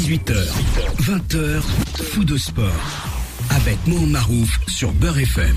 18h, 20h, Fou de sport. Avec Mohamed Marouf sur Beurre FM.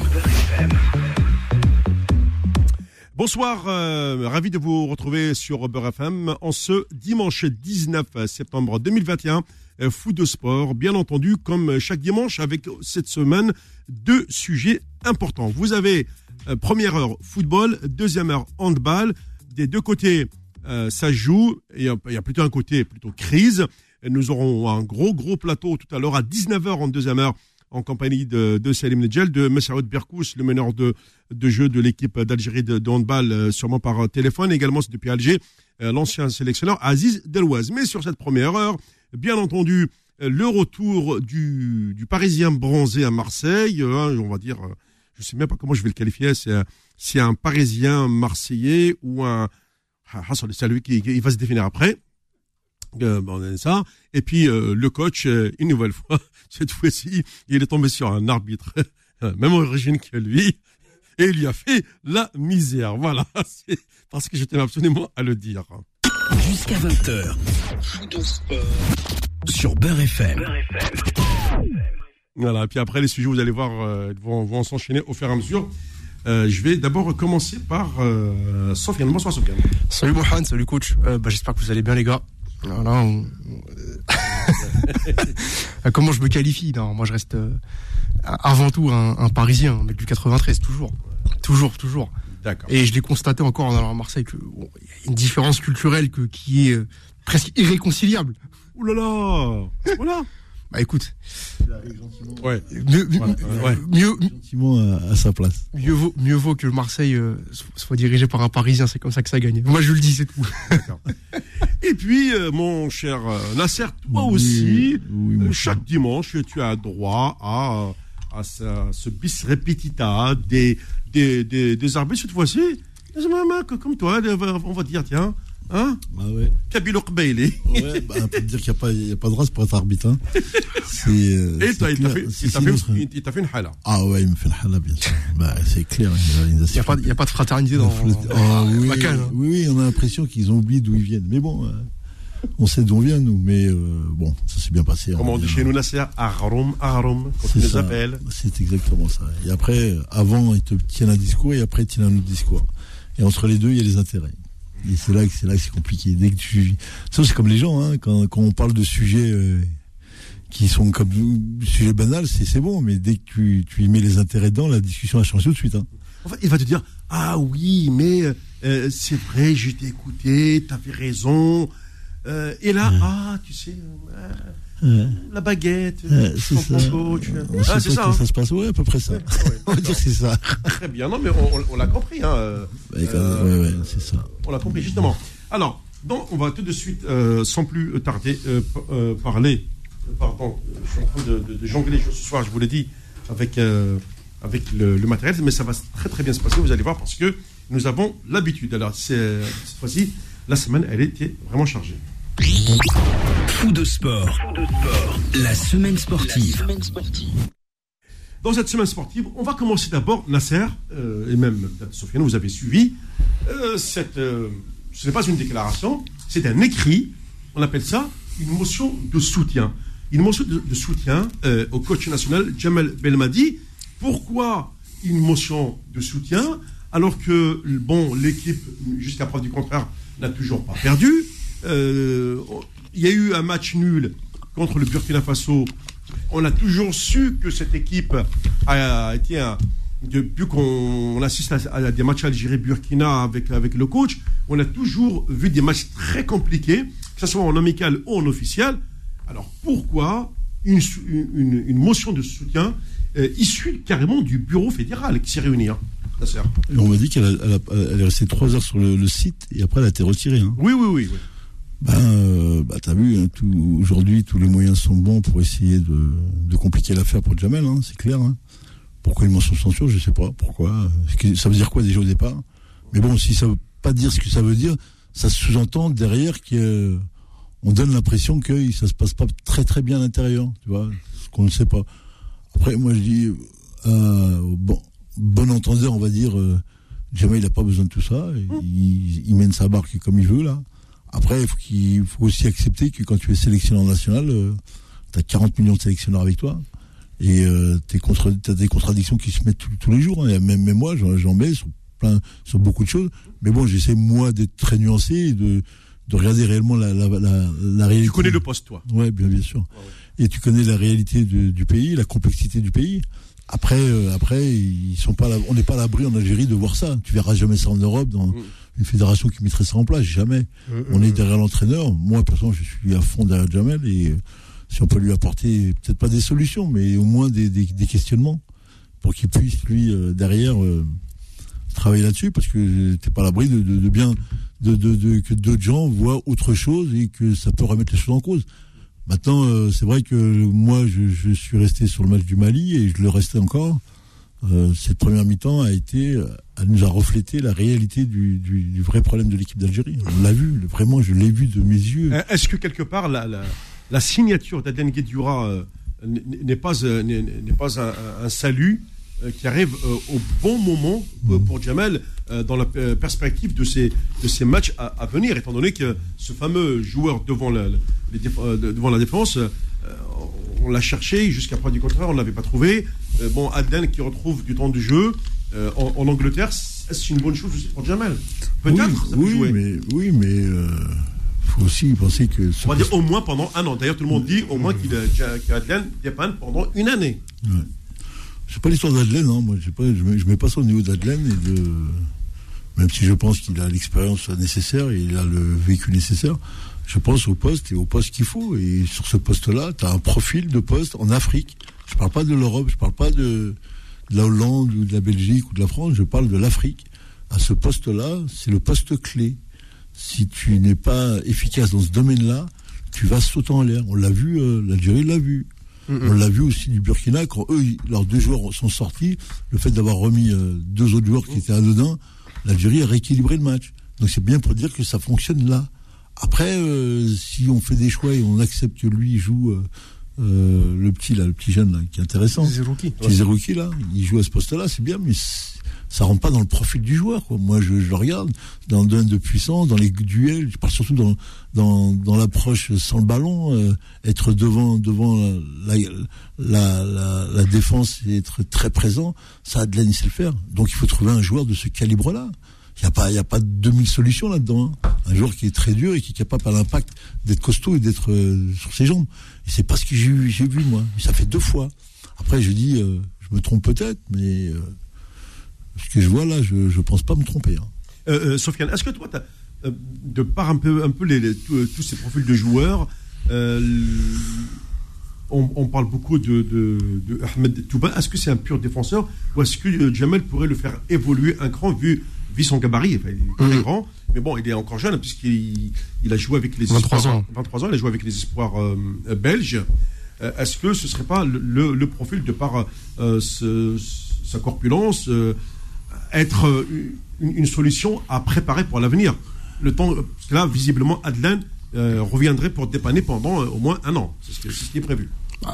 Bonsoir, ravi de vous retrouver sur Beurre FM en ce dimanche 19 septembre 2021. Fou de sport, bien entendu, comme chaque dimanche, avec cette semaine deux sujets importants. Vous avez première heure football, deuxième heure handball. Des deux côtés, ça joue. Il y a plutôt un côté plutôt crise. Nous aurons un gros plateau tout à l'heure à 19h en deuxième heure en compagnie de Salim Nedjel, de Messaoud Berkous, le meneur de jeu de l'équipe d'Algérie de handball, sûrement par téléphone. Également, c'est depuis Alger, l'ancien sélectionneur Aziz Delouaz. Mais sur cette première heure, bien entendu, le retour du Parisien bronzé à Marseille. On va dire, je ne sais même pas comment je vais le qualifier. C'est un Parisien marseillais ou un... C'est lui qui va se définir après. Ça. Et puis le coach, une nouvelle fois, cette fois-ci, il est tombé sur un arbitre, même origine que lui, et il lui a fait la misère. Voilà, c'est parce que je tenais absolument à le dire. Jusqu'à 20h, Fou de sport sur Beurre FM. Voilà, et puis après les sujets, vous allez voir, vont s'enchaîner au fur et à mesure. Je vais d'abord commencer par Sofiane. Bonsoir Sofiane. Salut Mohamed, salut coach. J'espère que vous allez bien les gars. Voilà, comment je me qualifie? Non, moi je reste avant tout un Parisien, un mec du 93, toujours. D'accord. Et je l'ai constaté encore en allant à Marseille que y a une différence culturelle qui est presque irréconciliable. Ouh là là, voilà. Bah écoute, ouais. Mieux gentiment à sa place. Mieux vaut que Marseille soit dirigé par un Parisien, c'est comme ça que ça gagne. Moi je le dis, c'est tout. D'accord. Et puis mon cher Nasser, toi aussi, chaque dimanche tu as droit à ce bis repetita des arbitres cette fois-ci. Comme toi, on va dire tiens. Hein? Ah ouais. Kabilo Qbaili. Ouais, on peut dire qu'il n'y a pas de race pour être arbitre. Hein. Et il t'a fait une hala. Ah ouais, il me fait une hala, bien sûr. C'est clair. Il n'y a pas de fraternité dans la canne. Hein. Oui, on a l'impression qu'ils ont oublié d'où ils viennent. Mais bon, on sait d'où on vient, nous. Mais bon, ça s'est bien passé. Comme on dit chez nous, Nasser, Aharom, quand tu les appelles. C'est exactement ça. Et après, avant, ils te tiennent un discours et après, ils tiennent un autre discours. Et entre les deux, il y a les intérêts. Et c'est là que c'est compliqué. Dès que ça, c'est comme les gens, hein, quand on parle de sujets qui sont comme sujets banals, c'est bon, mais dès que tu y mets les intérêts dedans, la discussion a changé tout de suite. Hein. En fait, il va te dire ah oui, mais c'est vrai, je t'ai écouté, t'avais raison. Et là, tu sais, la baguette, c'est ça. Coach. C'est ça. Ça se passe, ouais, à peu près ça. On va dire que c'est ça. Très bien, non, mais on l'a compris. Hein, c'est ça. On l'a compris, justement. Alors, donc, on va tout de suite, sans plus tarder, parler. Pardon, je suis en train de jongler ce soir, je vous l'ai dit, avec le matériel, mais ça va très très bien se passer, vous allez voir, parce que nous avons l'habitude. Alors, cette fois-ci, la semaine, elle était vraiment chargée. Fou de sport, la semaine sportive. Dans cette semaine sportive, on va commencer d'abord, Nasser, et même peut-être Sofiane, vous avez suivi, ce n'est pas une déclaration, c'est un écrit, on appelle ça une motion de soutien. Une motion de soutien au coach national Djamel Belmadi. Pourquoi une motion de soutien alors que l'équipe, jusqu'à preuve du contraire, n'a toujours pas perdu? Il y a eu un match nul contre le Burkina Faso. On a toujours su que cette équipe a été depuis qu'on assiste à des matchs Algérie-Burkina avec le coach, on a toujours vu des matchs très compliqués, que ce soit en amical ou en officiel. Alors pourquoi une motion de soutien issue carrément du bureau fédéral qui s'est réuni, hein, et on m'a dit qu'elle est restée 3 heures sur le site et après elle a été retirée. Hein. Oui. T'as vu, hein, aujourd'hui tous les moyens sont bons pour essayer de compliquer l'affaire pour Djamel, hein, c'est clair. Hein. Pourquoi une mention de censure, je sais pas. Pourquoi? Ça veut dire quoi déjà au départ? Mais bon, si ça veut pas dire ce que ça veut dire, ça sous-entend derrière qu'on donne l'impression que ça se passe pas très très bien à l'intérieur, tu vois, ce qu'on ne sait pas. Après, moi je dis, bon entendeur, on va dire, Djamel il a pas besoin de tout ça, il mène sa barque comme il veut là. Après, il faut aussi accepter que quand tu es sélectionneur national, tu as 40 millions de sélectionneurs avec toi. Et t'as des contradictions qui se mettent tous les jours. Hein. Même moi, j'en mets sur beaucoup de choses. Mais bon, j'essaie, moi, d'être très nuancé et de regarder réellement la réalité. Tu connais le poste, toi? Ouais, bien sûr. Ouais. Et tu connais la réalité du pays, la complexité du pays. Après, ils sont pas là, on n'est pas à l'abri en Algérie de voir ça. Tu verras jamais ça en Europe, dans une fédération qui mettrait ça en place, jamais. On est derrière l'entraîneur. Moi, personnellement, je suis à fond derrière Jamel et si on peut lui apporter, peut-être pas des solutions, mais au moins des questionnements pour qu'il puisse, lui, derrière, travailler là-dessus, parce que t'es pas à l'abri que d'autres gens voient autre chose et que ça peut remettre les choses en cause. Maintenant, c'est vrai que moi, je suis resté sur le match du Mali et je le restais encore. Cette première mi-temps elle nous a reflété la réalité du vrai problème de l'équipe d'Algérie. On l'a vu, vraiment, je l'ai vu de mes yeux. Est-ce que quelque part la signature d'Adel Guedioura n'est pas un salut qui arrive au bon moment pour Jamel dans la perspective de ces matchs à venir, étant donné que ce fameux joueur devant la défense, on l'a cherché jusqu'à preuve du contraire, on ne l'avait pas trouvé. Adel qui retrouve du temps de jeu en Angleterre, est-ce une bonne chose aussi pour Jamel? Peut-être, ça peut jouer. Oui, mais faut aussi penser que... On va dire au moins pendant un an. D'ailleurs, tout le monde dit au moins qu'Adel dépanne pendant une année. Ouais. C'est pas l'histoire d'Adelaine, hein. Moi, je mets pas ça au niveau d'Adelaine même si je pense qu'il a l'expérience nécessaire et il a le véhicule nécessaire, je pense au poste qu'il faut. Et sur ce poste-là, tu as un profil de poste en Afrique. Je parle pas de l'Europe, je parle pas de la Hollande ou de la Belgique ou de la France, je parle de l'Afrique. À ce poste-là, c'est le poste clé. Si tu n'es pas efficace dans ce domaine-là, tu vas sauter en l'air. On l'a vu, l'Algérie l'a vu. On l'a vu aussi du Burkina, quand leurs 2 joueurs sont sortis, le fait d'avoir remis 2 autres joueurs qui étaient anodins, l'Algérie a rééquilibré le match. Donc c'est bien pour dire que ça fonctionne là. Après, si on fait des choix et on accepte que lui joue le petit jeune là, qui est intéressant, Zerouki là, il joue à ce poste-là, c'est bien, mais ça rentre pas dans le profil du joueur, quoi. Moi, je le regarde dans le domaine de puissance, dans les duels, je parle surtout dans l'approche sans le ballon, être devant la défense et être très présent, ça Adelaine il sait le faire. Donc il faut trouver un joueur de ce calibre-là. Il y a pas 2000 solutions là-dedans. Hein. Un joueur qui est très dur et qui est capable à l'impact d'être costaud et d'être sur ses jambes. Et c'est pas ce que j'ai vu moi. Ça fait 2 fois. Après je dis, je me trompe peut-être, mais ce que je vois là, je pense pas me tromper. Hein. Sofiane, est-ce que toi, de par un peu tous ces profils de joueurs, on parle beaucoup de Ahmed Touba. Est-ce que c'est un pur défenseur ou est-ce que Jamel pourrait le faire évoluer un cran vu son gabarit? Enfin, il est très grand, mais bon, il est encore jeune puisqu'il a joué avec les 23 ans, il a joué avec les espoirs belges. Est-ce que ce serait pas le profil de par sa corpulence être une solution à préparer pour l'avenir? Le temps, parce que là, visiblement, Adelaine reviendrait pour dépanner pendant au moins 1 an. C'est ce qui est prévu.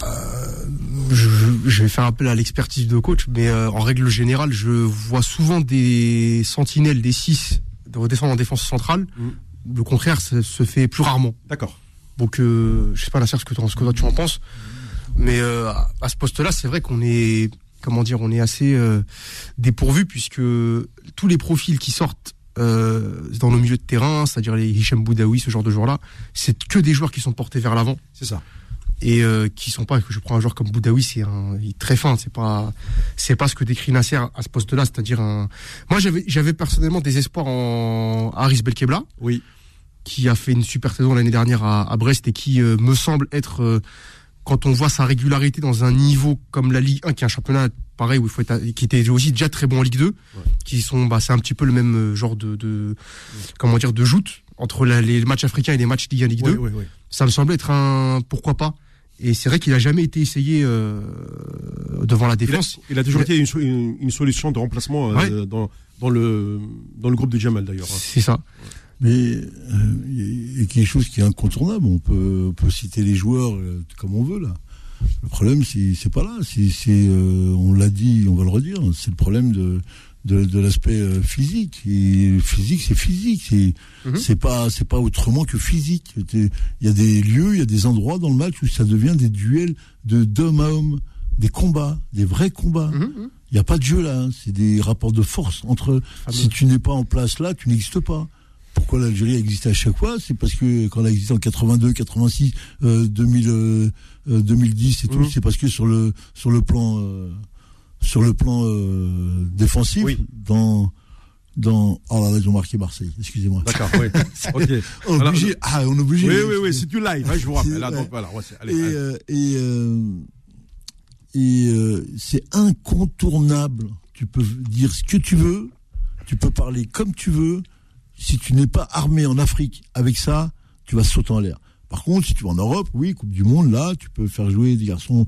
Je vais faire appel à l'expertise de coach, mais en règle générale, je vois souvent des sentinelles, des 6 de redescendre en défense centrale. Le contraire, ça se fait plus rarement. D'accord. Donc, je sais pas, ce que toi tu en penses, mais à ce poste-là, c'est vrai qu'on est, on est assez dépourvu, puisque tous les profils qui sortent dans nos milieux de terrain, c'est-à-dire les Hicham Boudaoui, ce genre de joueurs-là, c'est que des joueurs qui sont portés vers l'avant. C'est ça. Et qui sont pas, que je prends un joueur comme Boudaoui, il est très fin, c'est pas ce que décrit Nasser à ce poste-là, c'est-à-dire moi j'avais personnellement des espoirs en Haris Belkebla. Oui. Qui a fait une super saison l'année dernière à Brest et qui me semble être, quand on voit sa régularité dans un niveau comme la Ligue 1, qui est un championnat pareil, qui était aussi déjà très bon en Ligue 2, qui sont, c'est un petit peu le même genre de joute entre les matchs africains et les matchs Ligue 1, Ligue 2. Ça me semblait être pourquoi pas. Et c'est vrai qu'il a jamais été essayé devant la défense. Il a toujours été une solution de remplacement dans le groupe de Jamel d'ailleurs. C'est ça. Mais il y a quelque chose qui est incontournable. On peut citer les joueurs comme on veut là. Le problème, c'est pas là. On l'a dit, on va le redire. C'est le problème de l'aspect physique. Et physique, c'est physique. C'est pas autrement que physique. Il y a des lieux, il y a des endroits dans le match où ça devient des duels d'homme à homme, des combats, des vrais combats. Il n'y a pas de jeu là. C'est des rapports de force entre. Si tu n'es pas en place là, tu n'existes pas. Pourquoi l'Algérie a existé à chaque fois? C'est parce que quand elle a existé en 82, 86, 2000, 2010 et tout, c'est parce que sur le plan défensif, oh là là, ils ont marqué Marseille. Excusez-moi. D'accord. Oui. Ok. On est obligé. Oui. C'est du live. Je vous rappelle. Là, donc voilà. C'est incontournable. Tu peux dire ce que tu veux. Tu peux parler comme tu veux. Si tu n'es pas armé en Afrique avec ça, tu vas sauter en l'air. Par contre, si tu vas en Europe, oui, Coupe du Monde, là, tu peux faire jouer des garçons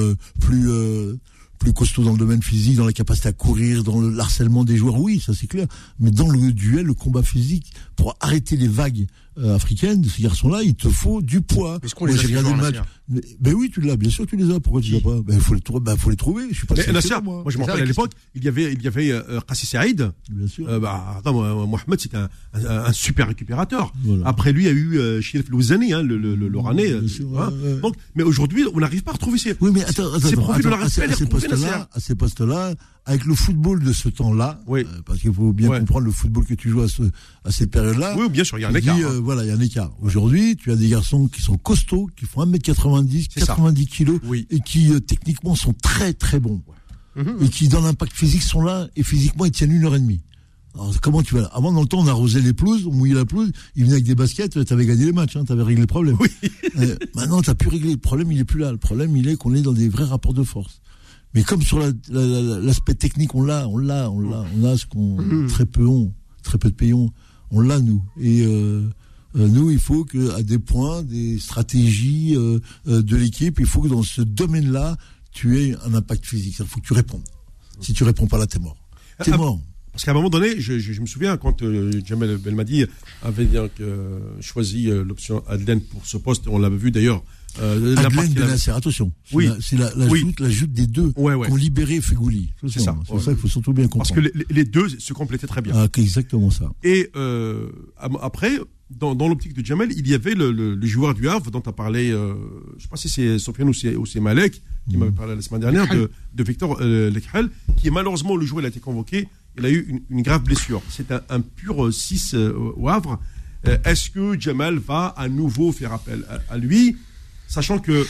plus costauds dans le domaine physique, dans la capacité à courir, dans le harcèlement des joueurs, oui, ça c'est clair. Mais dans le duel, le combat physique, pour arrêter les vagues africaines de ces garçons-là, il te faut du poids. Est-ce qu'on les a regardé le match? Ben oui, tu l'as, bien sûr, tu les as. Pourquoi tu les as pas? Ben faut les trouver. Je suis pas. Mais Nasser, moi je me rappelle à l'époque, il y avait Qassi Saïd. Bien sûr. Mohamed, c'était un super récupérateur. Voilà. Après lui, il y a eu Chérif Louzani, le Loranais. Donc, mais aujourd'hui, on n'arrive pas à retrouver ces. Oui, mais attends, ces profils, on n'arrive pas à les retrouver, à ces postes-là, avec le football de ce temps-là, parce qu'il faut bien comprendre le football que tu joues à ces périodes-là. Oui, bien sûr, il y a un écart. Voilà, il y a un écart. Aujourd'hui, tu as des garçons qui sont costauds, qui font 1m90, 90 kilos, et qui techniquement sont très très bons. Et qui, dans l'impact physique, sont là, et physiquement, ils tiennent 1h30. Alors, comment tu vas là? Avant, dans le temps, on arrosait les pelouses, on mouillait la pelouse, ils venaient avec des baskets, t'avais gagné les matchs, t'avais réglé le problème. Oui. Maintenant, t'as plus réglé le problème, il est plus là. Le problème, il est qu'on est dans des vrais rapports de force. Mais comme sur l'aspect technique, on l'a ce qu'on très peu de pays ont, on l'a nous. Et nous, il faut que à des points, des stratégies de l'équipe, il faut que dans ce domaine-là, tu aies un impact physique. Il faut que tu répondes. Si tu réponds pas là, t'es mort. T'es mort. Parce qu'à un moment donné, je me souviens quand Djamel Belmadi avait choisi l'option Adlen pour ce poste, on l'avait vu d'ailleurs. Adlen Benasser, attention. Oui. C'est la joute des deux qui ont libéré Fegouli. C'est ça. C'est ça qu'il faut surtout bien comprendre. Parce que les deux se complétaient très bien. Ah, exactement ça. Et après, dans l'optique de Djamel, il y avait le joueur du Havre dont tu as parlé, je ne sais pas si c'est Sofiane ou c'est Malek, qui m'avait parlé la semaine dernière, de Victor Lekhel, qui malheureusement, le jour où il a été convoqué, il a eu une grave blessure. C'est un pur 6 au Havre. Est-ce que Djamel va à nouveau faire appel à lui, sachant que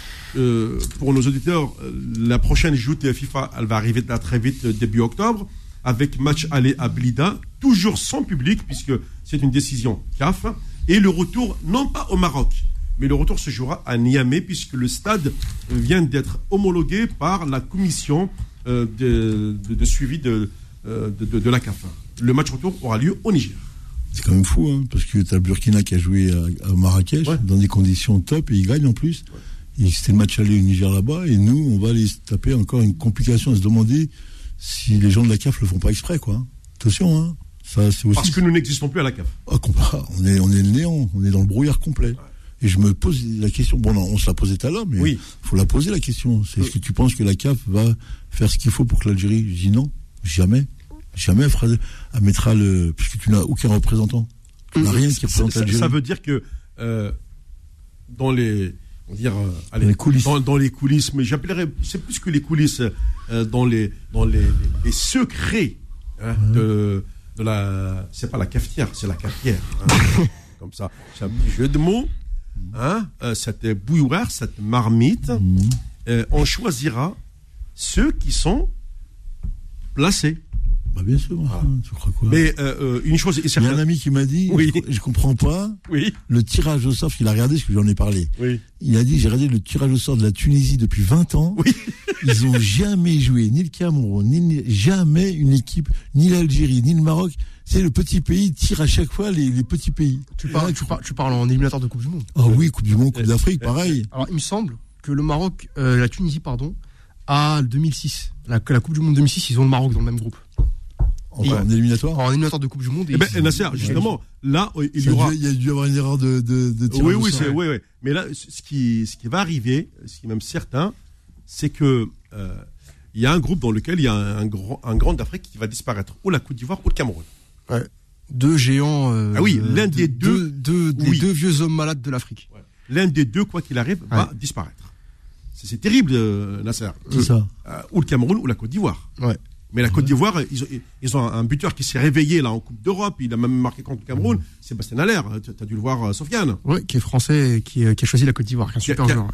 pour nos auditeurs, la prochaine joute FIFA, elle va arriver là très vite, début octobre, avec match aller à Blida, toujours sans public, puisque c'est une décision CAF, et le retour, non pas au Maroc, mais le retour se jouera à Niamey, puisque le stade vient d'être homologué par la commission de suivi de la CAF. Le match retour aura lieu au Niger. C'est quand même fou, parce que tu as le Burkina qui a joué à Marrakech, dans des conditions top, et il gagne en plus. Et c'était le match aller au Niger là-bas, et nous, on va aller se taper encore une complication, à se demander si les gens de la CAF le font pas exprès, quoi. Attention, ça, c'est aussi... Parce que nous n'existons plus à la CAF. On est le néant, on est dans le brouillard complet. Ouais. Et je me pose la question, bon, non, on se l'a posé tout à l'heure, mais faut la poser la question. C'est est-ce que tu penses que la CAF va faire ce qu'il faut pour que l'Algérie... Je dis non, jamais. Jamais elle mettra puisque tu n'as aucun représentant. Tu n'as rien qui représente l'Algérie. Ça veut dire que dans les coulisses, mais j'appellerais, c'est plus que les coulisses, dans les secrets de la, c'est pas la cafetière, c'est la cafetière. Comme ça, c'est un petit jeu de mots. Cette bouilloire, cette marmite, on choisira ceux qui sont placés. Bah bien sûr, tu crois quoi? Mais une chose est certaine. Il y a un ami qui m'a dit, je comprends pas, le tirage au sort, parce qu'il a regardé, parce que j'en ai parlé. Il a dit, j'ai regardé le tirage au sort de la Tunisie depuis 20 ans. Ils ont jamais joué, ni le Cameroun, jamais une équipe, ni l'Algérie, ni le Maroc. C'est le petit pays tire à chaque fois les petits pays. Tu parles en éliminateur de Coupe du Monde. Ah oui, Coupe du Monde, Coupe d'Afrique, pareil. Alors, il me semble que le Maroc, la Tunisie, à 2006, la Coupe du Monde 2006, ils ont le Maroc dans le même groupe. En éliminatoire? En éliminatoire de Coupe du Monde. Nasser, justement, là, il y aura... Il y a dû y avoir une erreur de tirage au sort. Oui. Mais là, ce qui va arriver, ce qui est même certain, c'est que il y a un groupe dans lequel il y a un grand d'Afrique qui va disparaître, ou la Côte d'Ivoire ou le Cameroun. Ouais. Deux géants. L'un des deux. Des deux vieux hommes malades de l'Afrique. Ouais. L'un des deux, quoi qu'il arrive, va disparaître. C'est terrible, Nasser. C'est ça. Ou le Cameroun ou la Côte d'Ivoire. Ouais. Mais la Côte d'Ivoire, ils ont un buteur qui s'est réveillé là en Coupe d'Europe. Il a même marqué contre le Cameroun. Sébastien Haller. Tu as dû le voir, Sofiane. Oui, qui est français et qui a choisi la Côte d'Ivoire. Qui est un super joueur.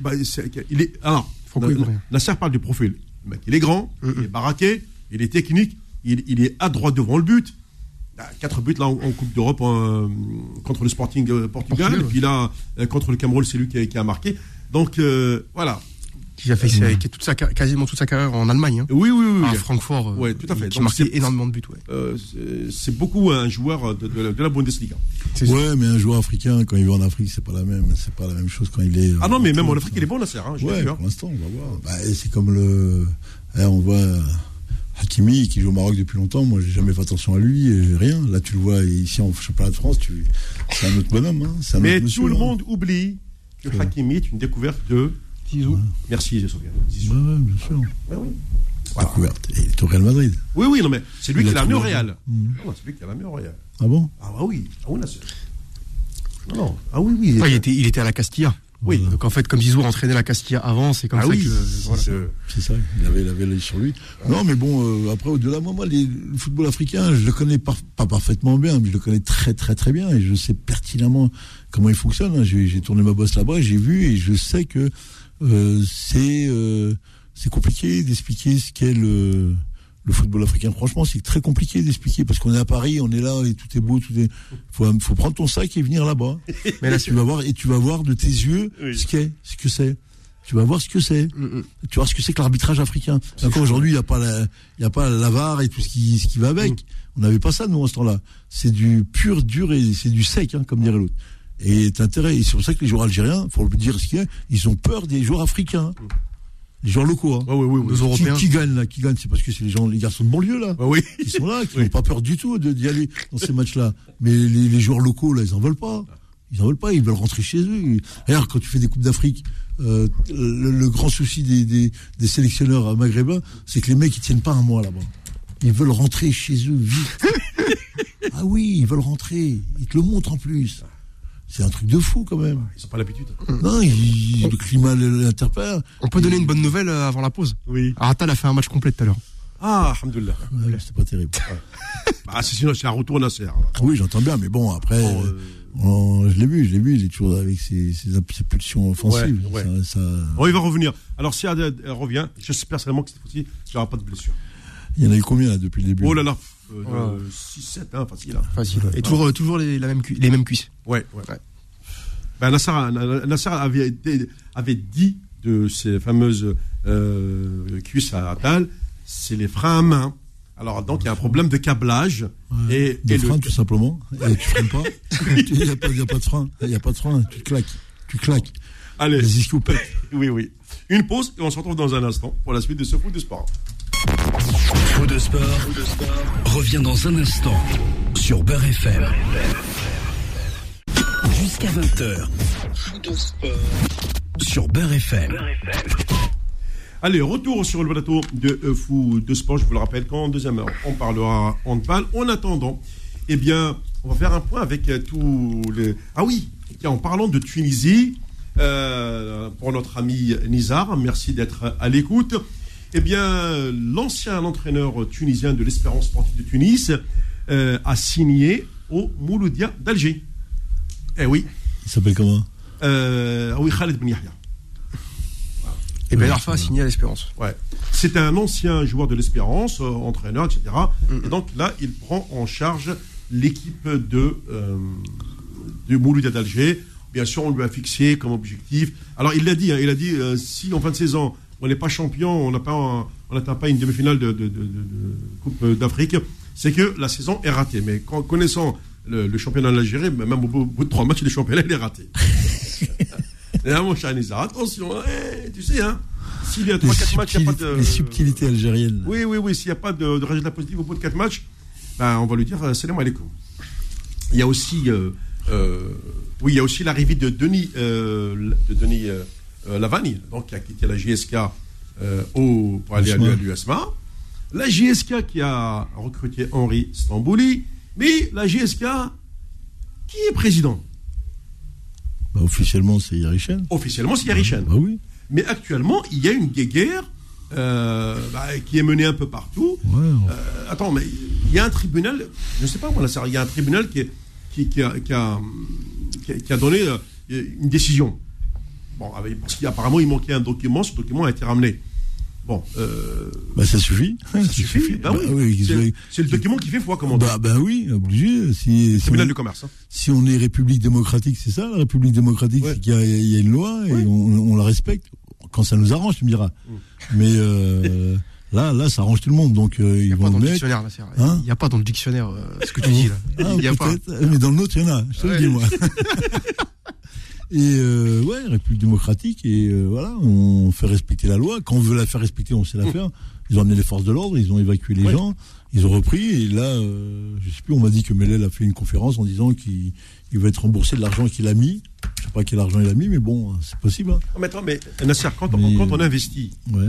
Nasser parle du profil. Le mec, il est grand, il est baraqué, il est technique, il est adroit devant le but. 4 buts là en Coupe d'Europe contre le Sporting Portugal. Et puis là, contre le Cameroun, c'est lui qui a marqué. Donc, voilà. Qui a fait quasiment toute sa carrière en Allemagne. Hein. Oui. À Francfort. Ouais, tout à fait. Qui marquait énormément de buts. Ouais. C'est beaucoup un joueur de la Bundesliga. Ouais, mais un joueur africain, quand il va en Afrique, c'est pas la même chose quand il est. Ah non, mais même en Afrique, il est bon, Nasser. Hein, pour l'instant, on va voir. C'est comme on voit Hakimi qui joue au Maroc depuis longtemps. Moi, j'ai jamais fait attention à lui et rien. Là, tu le vois ici en championnat de France, c'est un autre bonhomme. Hein. Mais tout le monde oublie que Hakimi est une découverte de Zizou. Merci, Sofiane. Ouais, bien sûr. Ouais, oui. Découverte. Et il est au Real Madrid. Oui, non, mais c'est lui qui l'a mis au Real. Non, c'est lui qui l'a mis au Real. Ah bon? Ah oui. Ah oui, Nasser. Non. Ah oui. Il était à la Castilla. Oui. Donc en fait, comme Zizou entraînait la Castilla avant, c'est comme ça que. Voilà. C'est ça. Il avait l'œil sur lui. Non, mais bon, après, au-delà, moi, le football africain, je le connais pas parfaitement bien, mais je le connais très, très, très bien, et je sais pertinemment comment il fonctionne. Hein. J'ai tourné ma bosse là-bas, et j'ai vu, et je sais que c'est compliqué d'expliquer ce qu'est le football africain. Franchement, c'est très compliqué d'expliquer parce qu'on est à Paris, on est là et tout est beau, faut prendre ton sac et venir là-bas. Mais là, tu vas voir de tes yeux ce que c'est. Tu vas voir ce que c'est. Tu vas voir ce que c'est que l'arbitrage africain. Encore aujourd'hui, il y a pas la VAR et tout ce qui va avec. On n'avait pas ça, nous, en ce temps-là. C'est du pur, dur et c'est du sec, hein, comme dirait l'autre. Et c'est pour ça que les joueurs algériens, faut le dire ce qu'il y a, ils ont peur des joueurs africains. Les joueurs locaux, hein. Oui. Les Européens. Qui gagnent, c'est parce que c'est les garçons de banlieue, là. Qui sont là, qui n'ont pas peur du tout d'y aller dans ces matchs-là. Mais les joueurs locaux, là, ils en veulent pas. Ils veulent rentrer chez eux. D'ailleurs, quand tu fais des Coupes d'Afrique, le grand souci des sélectionneurs maghrébins, c'est que les mecs, ils tiennent pas un mois là-bas. Ils veulent rentrer chez eux vite. Ah oui, ils veulent rentrer. Ils te le montrent en plus. C'est un truc de fou quand même. Ils n'ont pas l'habitude. Non, le climat l'interpelle. On peut donner une bonne nouvelle avant la pause. Oui. Aratal a fait un match complet tout à l'heure. Ah, alhamdoulilah. Ouais, c'était pas terrible. C'est un retour Nasser. Oui, j'entends bien, mais bon, après, je l'ai vu, il est toujours avec ses pulsions offensives. Ouais. Ça... Bon, il va revenir. Alors, si elle revient, j'espère seulement que cette fois-ci, il n'y aura pas de blessure. Il y en a eu combien là, depuis le début? Oh là là, 6-7, hein, facile. Hein. Facile. Et toujours les mêmes cuisses. Ouais. Ben, Nasser avait dit de ces fameuses cuisses à Attal, c'est les freins à main. Alors donc il y a un problème de câblage et frein tout simplement. Et tu freines pas. Il n'y a pas de frein. Tu claques. Allez. Les escoupettes. Oui. Une pause et on se retrouve dans un instant pour la suite de ce Foot de Sport. Foot de Sport revient dans un instant sur Beurre FM. Jusqu'à 20h. Foot de Sport sur Beurre FM. Allez, retour sur le plateau de Foot de Sport. Je vous le rappelle qu'en deuxième heure, on parlera handball. En attendant, eh bien, on va faire un point avec tous les... Ah oui, en parlant de Tunisie, pour notre ami Nizar, merci d'être à l'écoute. Eh bien, l'ancien entraîneur tunisien de l'Espérance sportive de Tunis a signé au Mouloudia d'Alger. Eh oui. Il s'appelle comment? Oui, Khaled Ben Yahya. Et Ben Arfa a signé à l'Espérance. Ouais. C'est un ancien joueur de l'Espérance, entraîneur, etc. Et donc là, il prend en charge l'équipe de Mouloudia d'Alger. Bien sûr, on lui a fixé comme objectif. Alors, il l'a dit, si en fin de saison, on n'est pas champion, on n'atteint pas une demi-finale de Coupe d'Afrique, c'est que la saison est ratée. Mais connaissant le championnat de l'Algérie, même au bout de 3 matchs, le championnat, il est raté. Et là, mon cher Nizar, attention, tu sais, hein, s'il y a 3-4 matchs, il n'y a pas de... Les subtilités algériennes. Oui, s'il n'y a pas de résultat positif au bout de 4 matchs, ben, on va lui dire salam alaikum. Il y a aussi, il y a aussi l'arrivée de Denis Lavani, donc qui a quitté la GSK pour aller à l'USMA. La JSK qui a recruté Henri Stambouli. Mais la JSK, qui est président? Officiellement, c'est Yarichen. Officiellement, c'est Yarichen. Oui. Mais actuellement, il y a une guéguerre qui est menée un peu partout. Ouais. Attends, mais il y a un tribunal, je ne sais pas moi, il y a un tribunal qui a donné une décision. Bon, parce qu'apparemment, il manquait un document, ce document a été ramené. Bon. Ça suffit. Ça suffit. Oui. C'est le document qui fait foi, comment dire. Oui, obligé. Tribunal du commerce. Si on est République démocratique, c'est ça, la République démocratique, c'est qu'il y a une loi et on la respecte. Quand ça nous arrange, tu me diras. Mais là, ça arrange tout le monde. Donc, ils vont le mettre. Il n'y a pas dans le dictionnaire ce que tu dis là. Il y a pas. Mais dans le nôtre, il y en a. Je te le dis, moi. Et République démocratique, et voilà, on fait respecter la loi. Quand on veut la faire respecter, on sait la faire. Ils ont amené les forces de l'ordre, ils ont évacué les gens, ils ont repris. Et là, je sais plus, on m'a dit que Mellel a fait une conférence en disant qu'il va être remboursé de l'argent qu'il a mis. Je sais pas quel argent il a mis, mais bon, c'est possible. Hein. Mais attends, Nasser, quand on investit,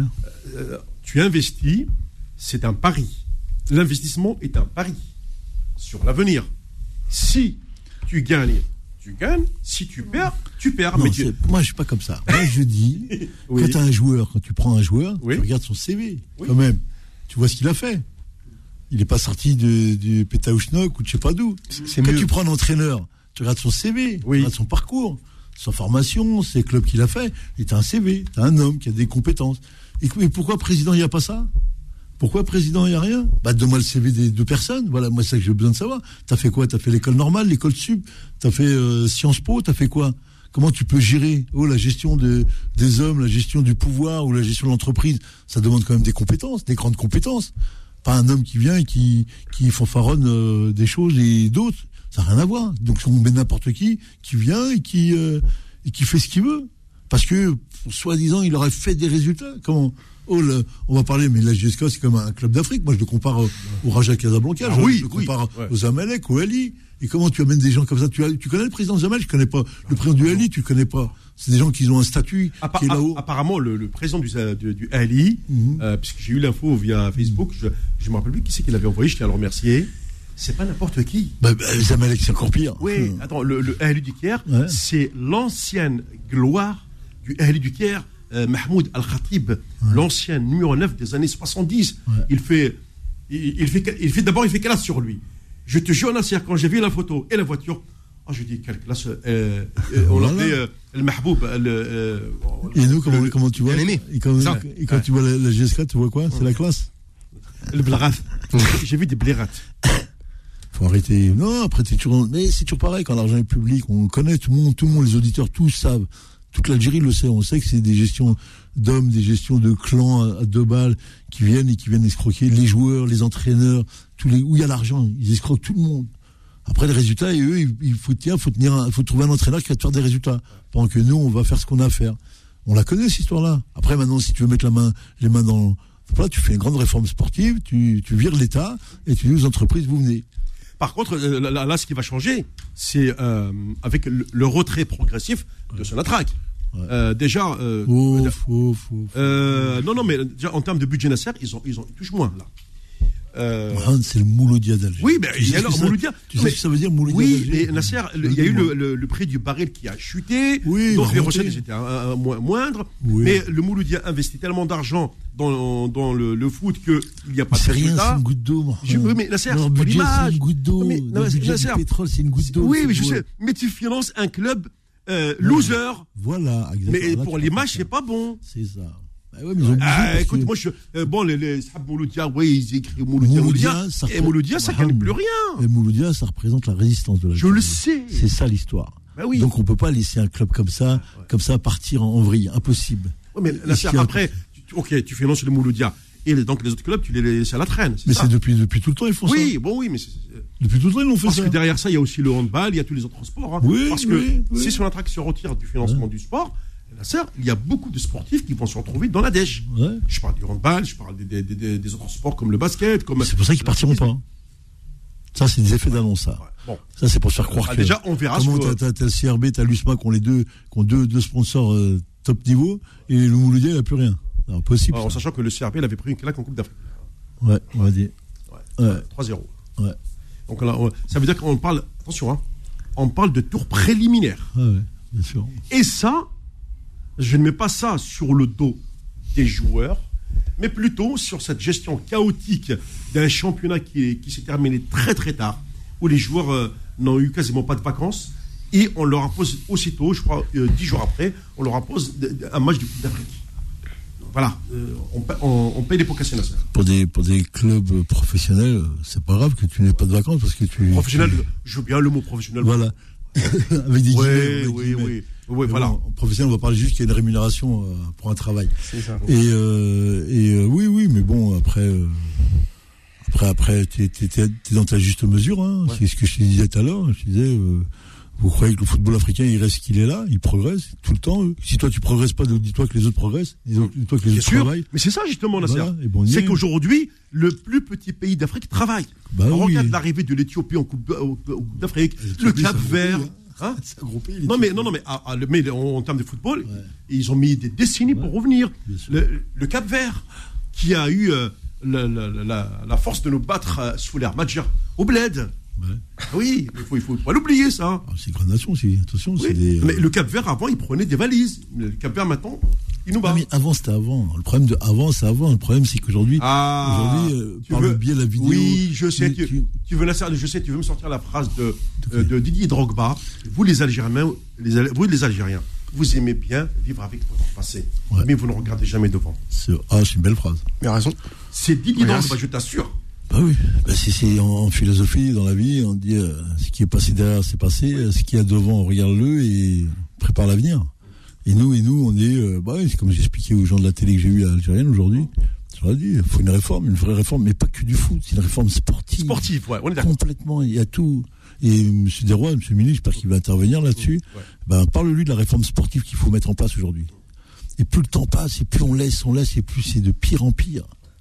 tu investis, c'est un pari. L'investissement est un pari sur l'avenir. Si tu gagnes, tu gagnes. Si tu perds, tu perds. Non, moi, je suis pas comme ça. Moi, je dis, quand tu prends un joueur, tu regardes son CV, quand même. Tu vois ce qu'il a fait. Il n'est pas sorti du Pétaouchnok ou de je sais pas d'où. Quand tu prends un entraîneur, tu regardes son CV, tu regardes son parcours, sa formation, ses clubs qu'il a fait. Et tu as un CV, tu as un homme qui a des compétences. Et pourquoi président, il n'y a pas ça? Pourquoi président, il n'y a rien? Donne-moi le CV des deux personnes. Voilà, moi, c'est ça que j'ai besoin de savoir. T'as fait quoi? T'as fait l'école normale, l'école sup? T'as fait Sciences Po? T'as fait quoi? Comment tu peux gérer la gestion des hommes, la gestion du pouvoir ou la gestion de l'entreprise? Ça demande quand même des compétences, des grandes compétences. Pas un homme qui vient et qui fanfaronne des choses et d'autres. Ça n'a rien à voir. Donc, on met n'importe qui vient et qui fait ce qu'il veut. Parce que, soi-disant, il aurait fait des résultats. Comment? On va parler, mais la JSK, c'est comme un club d'Afrique. Moi, je le compare au Raja Casablanca. Je le compare au Zamalek, au Ali. Et comment tu amènes des gens comme ça? Tu connais le président Zamalek? Je connais pas. Le président du Ali, tu le connais pas. C'est des gens qui ont un statut qui est là-haut. Apparemment, le président du Ali, puisque j'ai eu l'info via Facebook, je me rappelle plus qui c'est qui l'avait envoyé, je tiens à le remercier. C'est pas n'importe qui. Zamalek, c'est encore pire. Oui, attends, le Ali du Caire, c'est l'ancienne gloire du Ali du Caire. Mahmoud Al-Khatib, l'ancien numéro 9 des années 70, il fait classe sur lui. Je te jure, Nasser, quand j'ai vu la photo et la voiture, je dis quelle classe. On l'appelait le Mahboub. Et nous, comment tu vois? Et quand tu vois la GSK, tu vois quoi? C'est la classe. Le blarat. J'ai vu des blérats. Faut arrêter. Non, après, mais c'est toujours pareil quand l'argent est public. On connaît tout le monde, les auditeurs, tous savent. Toute l'Algérie le sait. On sait que c'est des gestions d'hommes, des gestions de clans à 2 balles qui viennent escroquer les joueurs, les entraîneurs, où il y a l'argent. Ils escroquent tout le monde. Après, les résultats, et eux, il faut trouver un entraîneur qui va te faire des résultats. Pendant que nous, on va faire ce qu'on a à faire. On la connaît, cette histoire-là. Après, maintenant, si tu veux mettre les mains dans, voilà, tu fais une grande réforme sportive, tu vires l'État, et tu dis aux entreprises, vous venez. Par contre, là, ce qui va changer, c'est avec le retrait progressif de Sonatrach. Déjà. Non, mais déjà, en termes de budget Nasser, ils touchent moins, là. C'est le Mouloudia d'Alger. Oui, mais alors, Mouloudia. Tu sais ce que ça veut dire, Mouloudia d'Alger? Oui, mais Nasser, il y a eu le prix du baril qui a chuté. Oui, donc les recettes étaient moindres. Oui. Mais le Mouloudia investit tellement d'argent dans le foot qu'il n'y a pas de résultat. C'est une goutte d'eau. Oui, mais Nasser, c'est pour l'image. C'est une goutte d'eau. Le budget du pétrole, c'est une goutte d'eau. Oui, mais je sais. Mais tu finances un club loser. Voilà, exactement. Mais pour l'image, c'est pas bon. C'est ça. Écoute, moi, les Sahab Mouloudia, ils écrivent Mouloudia. Et Mouloudia, ça ne gagne plus rien. Et Mouloudia, ça représente la résistance de la Je le sais. C'est ça l'histoire. Oui. Donc on ne peut pas laisser un club comme ça partir en vrille. Impossible. Oui, mais là, après, tu finances le Mouloudia. Et donc les autres clubs, tu les laisses à la traîne. Mais c'est depuis tout le temps, ils font ça. Oui, mais depuis tout le temps, ils l'ont fait ça. Parce que derrière ça, il y a aussi le handball, il y a tous les autres sports. Parce que si Sonatrach se retire du financement du sport, il y a beaucoup de sportifs qui vont se retrouver dans la dèche. Je parle du handball, je parle des autres sports comme le basket. C'est pour ça qu'ils partiront pas. Ça, c'est des effets d'annonce, ça. Bon. Ça, c'est pour se faire croire que. Déjà, on verra. Comment t'as le CRB, t'as l'USMA qui ont deux sponsors top niveau, et le Mouloudia, il n'y a plus rien. Non, possible. En sachant que le CRB, il avait pris une claque en Coupe d'Afrique. Ouais, on va dire. Ouais. 3-0. Ouais. Donc là, ça veut dire qu'on parle, attention, hein, on parle de tour préliminaire. Ouais, bien sûr. Et ça, je ne mets pas ça sur le dos des joueurs, mais plutôt sur cette gestion chaotique d'un championnat qui s'est terminé très très tard, où les joueurs n'ont eu quasiment pas de vacances, et on leur impose aussitôt, je crois 10 jours après, on leur impose un match de Coupe d'Afrique. Voilà, on paye les pots cassés. Pour des clubs professionnels, c'est pas grave que tu n'aies pas de vacances parce que tu. Professionnel, je veux bien le mot professionnel. Voilà. Avec des guillemets. Oui, voilà. Bon, en professionnel, on va parler juste qu'il y a une rémunération pour un travail. C'est ça. Et oui, mais bon, après, t'es dans ta juste mesure. Hein. Ouais. C'est ce que je te disais tout à l'heure. Je te disais. Vous croyez que le football africain, il reste qu'il est là, il progresse tout le temps. Si toi tu progresses pas, dis-toi que les autres progressent, dis-toi que les autres travaillent. Mais c'est ça justement, Nasser. Voilà, c'est qu'aujourd'hui, le plus petit pays d'Afrique travaille. On regarde l'arrivée de l'Éthiopie en Coupe d'Afrique, le Cap-Vert. Hein, c'est un gros pays. Non mais en termes de football, ils ont mis des décennies pour revenir. Le Cap-Vert, qui a eu la force de nous battre sous l'ère Madja au Bled. Ouais. Oui, il faut pas l'oublier, ça. C'est une grande nation aussi, attention. Oui. C'est des, mais le Cap-Vert, avant, il prenait des valises. Le Cap-Vert, maintenant, il nous bat. Mais avant, c'était avant. Le problème de avant, c'est avant. Le problème, c'est qu'aujourd'hui, par le biais de la vidéo. Oui, je sais. Tu veux me sortir la phrase de Didier Drogba. Vous, les Algériens, vous aimez bien vivre avec votre passé. Ouais. Mais vous ne regardez jamais devant. C'est une belle phrase. Mais raison. C'est Didier Drogba, je t'assure. Bah oui, c'est en philosophie, dans la vie, on dit ce qui est passé derrière, c'est passé, ce qu'il y a devant, regarde-le et prépare l'avenir. Et nous, on est, c'est comme j'expliquais aux gens de la télé que j'ai eu à Algérienne aujourd'hui, je leur ai dit, il faut une réforme, une vraie réforme, mais pas que du foot, c'est une réforme sportive. Sportive, ouais, on est d'accord. Complètement, il y a tout. Et M. Desrois, M. le ministre, j'espère qu'il va intervenir là-dessus, parle-lui de la réforme sportive qu'il faut mettre en place aujourd'hui. Et plus le temps passe, et plus on laisse, et plus c'est de pire en pire.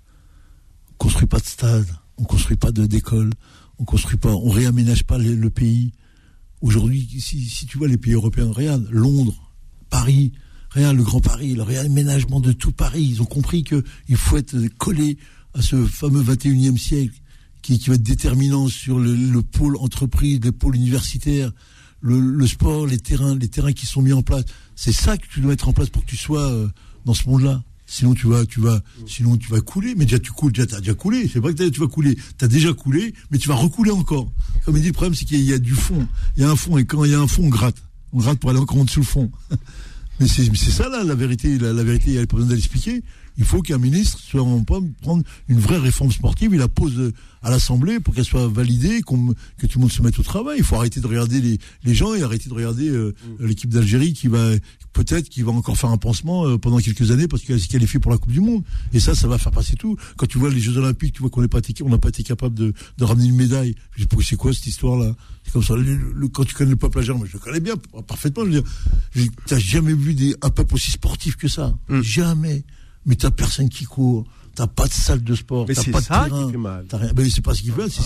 On construit pas de stade, on construit pas d'école, on réaménage pas le pays. Aujourd'hui, si tu vois les pays européens, regarde, Londres, Paris, regarde le Grand Paris, le réaménagement de tout Paris, ils ont compris qu'il faut être collé à ce fameux 21e siècle qui va être déterminant sur le pôle entreprise, le pôle universitaire, le sport, les terrains qui sont mis en place. C'est ça que tu dois mettre en place pour que tu sois dans ce monde-là. Sinon tu vas couler, mais déjà t'as déjà coulé. C'est pas que tu vas couler, t'as déjà coulé, mais tu vas recouler encore. Comme il dit, le problème c'est qu'il y a du fond, il y a un fond, et quand il y a un fond, on gratte pour aller encore en dessous le fond. Mais c'est ça là, la vérité, il n'y a pas besoin de l'expliquer. Il faut qu'un ministre soit en pomme prendre une vraie réforme sportive, il la pose à l'Assemblée pour qu'elle soit validée, que tout le monde se mette au travail. Il faut arrêter de regarder les gens et arrêter de regarder l'équipe d'Algérie qui va encore faire un pansement pendant quelques années parce qu'elle s'est qualifiée pour la Coupe du Monde. Et ça va faire passer tout. Quand tu vois les Jeux Olympiques, tu vois qu'on n'a pas été capable de ramener une médaille. Je dis, c'est quoi cette histoire-là? C'est comme ça. Quand tu connais le peuple algérien, moi je le connais bien, parfaitement. Je veux dire, t'as jamais vu un peuple aussi sportif que ça. Jamais. Mais t'as personne qui court, t'as pas de salle de sport, mais t'as pas de terrain. C'est ça qui fait mal. C'est pas ce qui fait mal,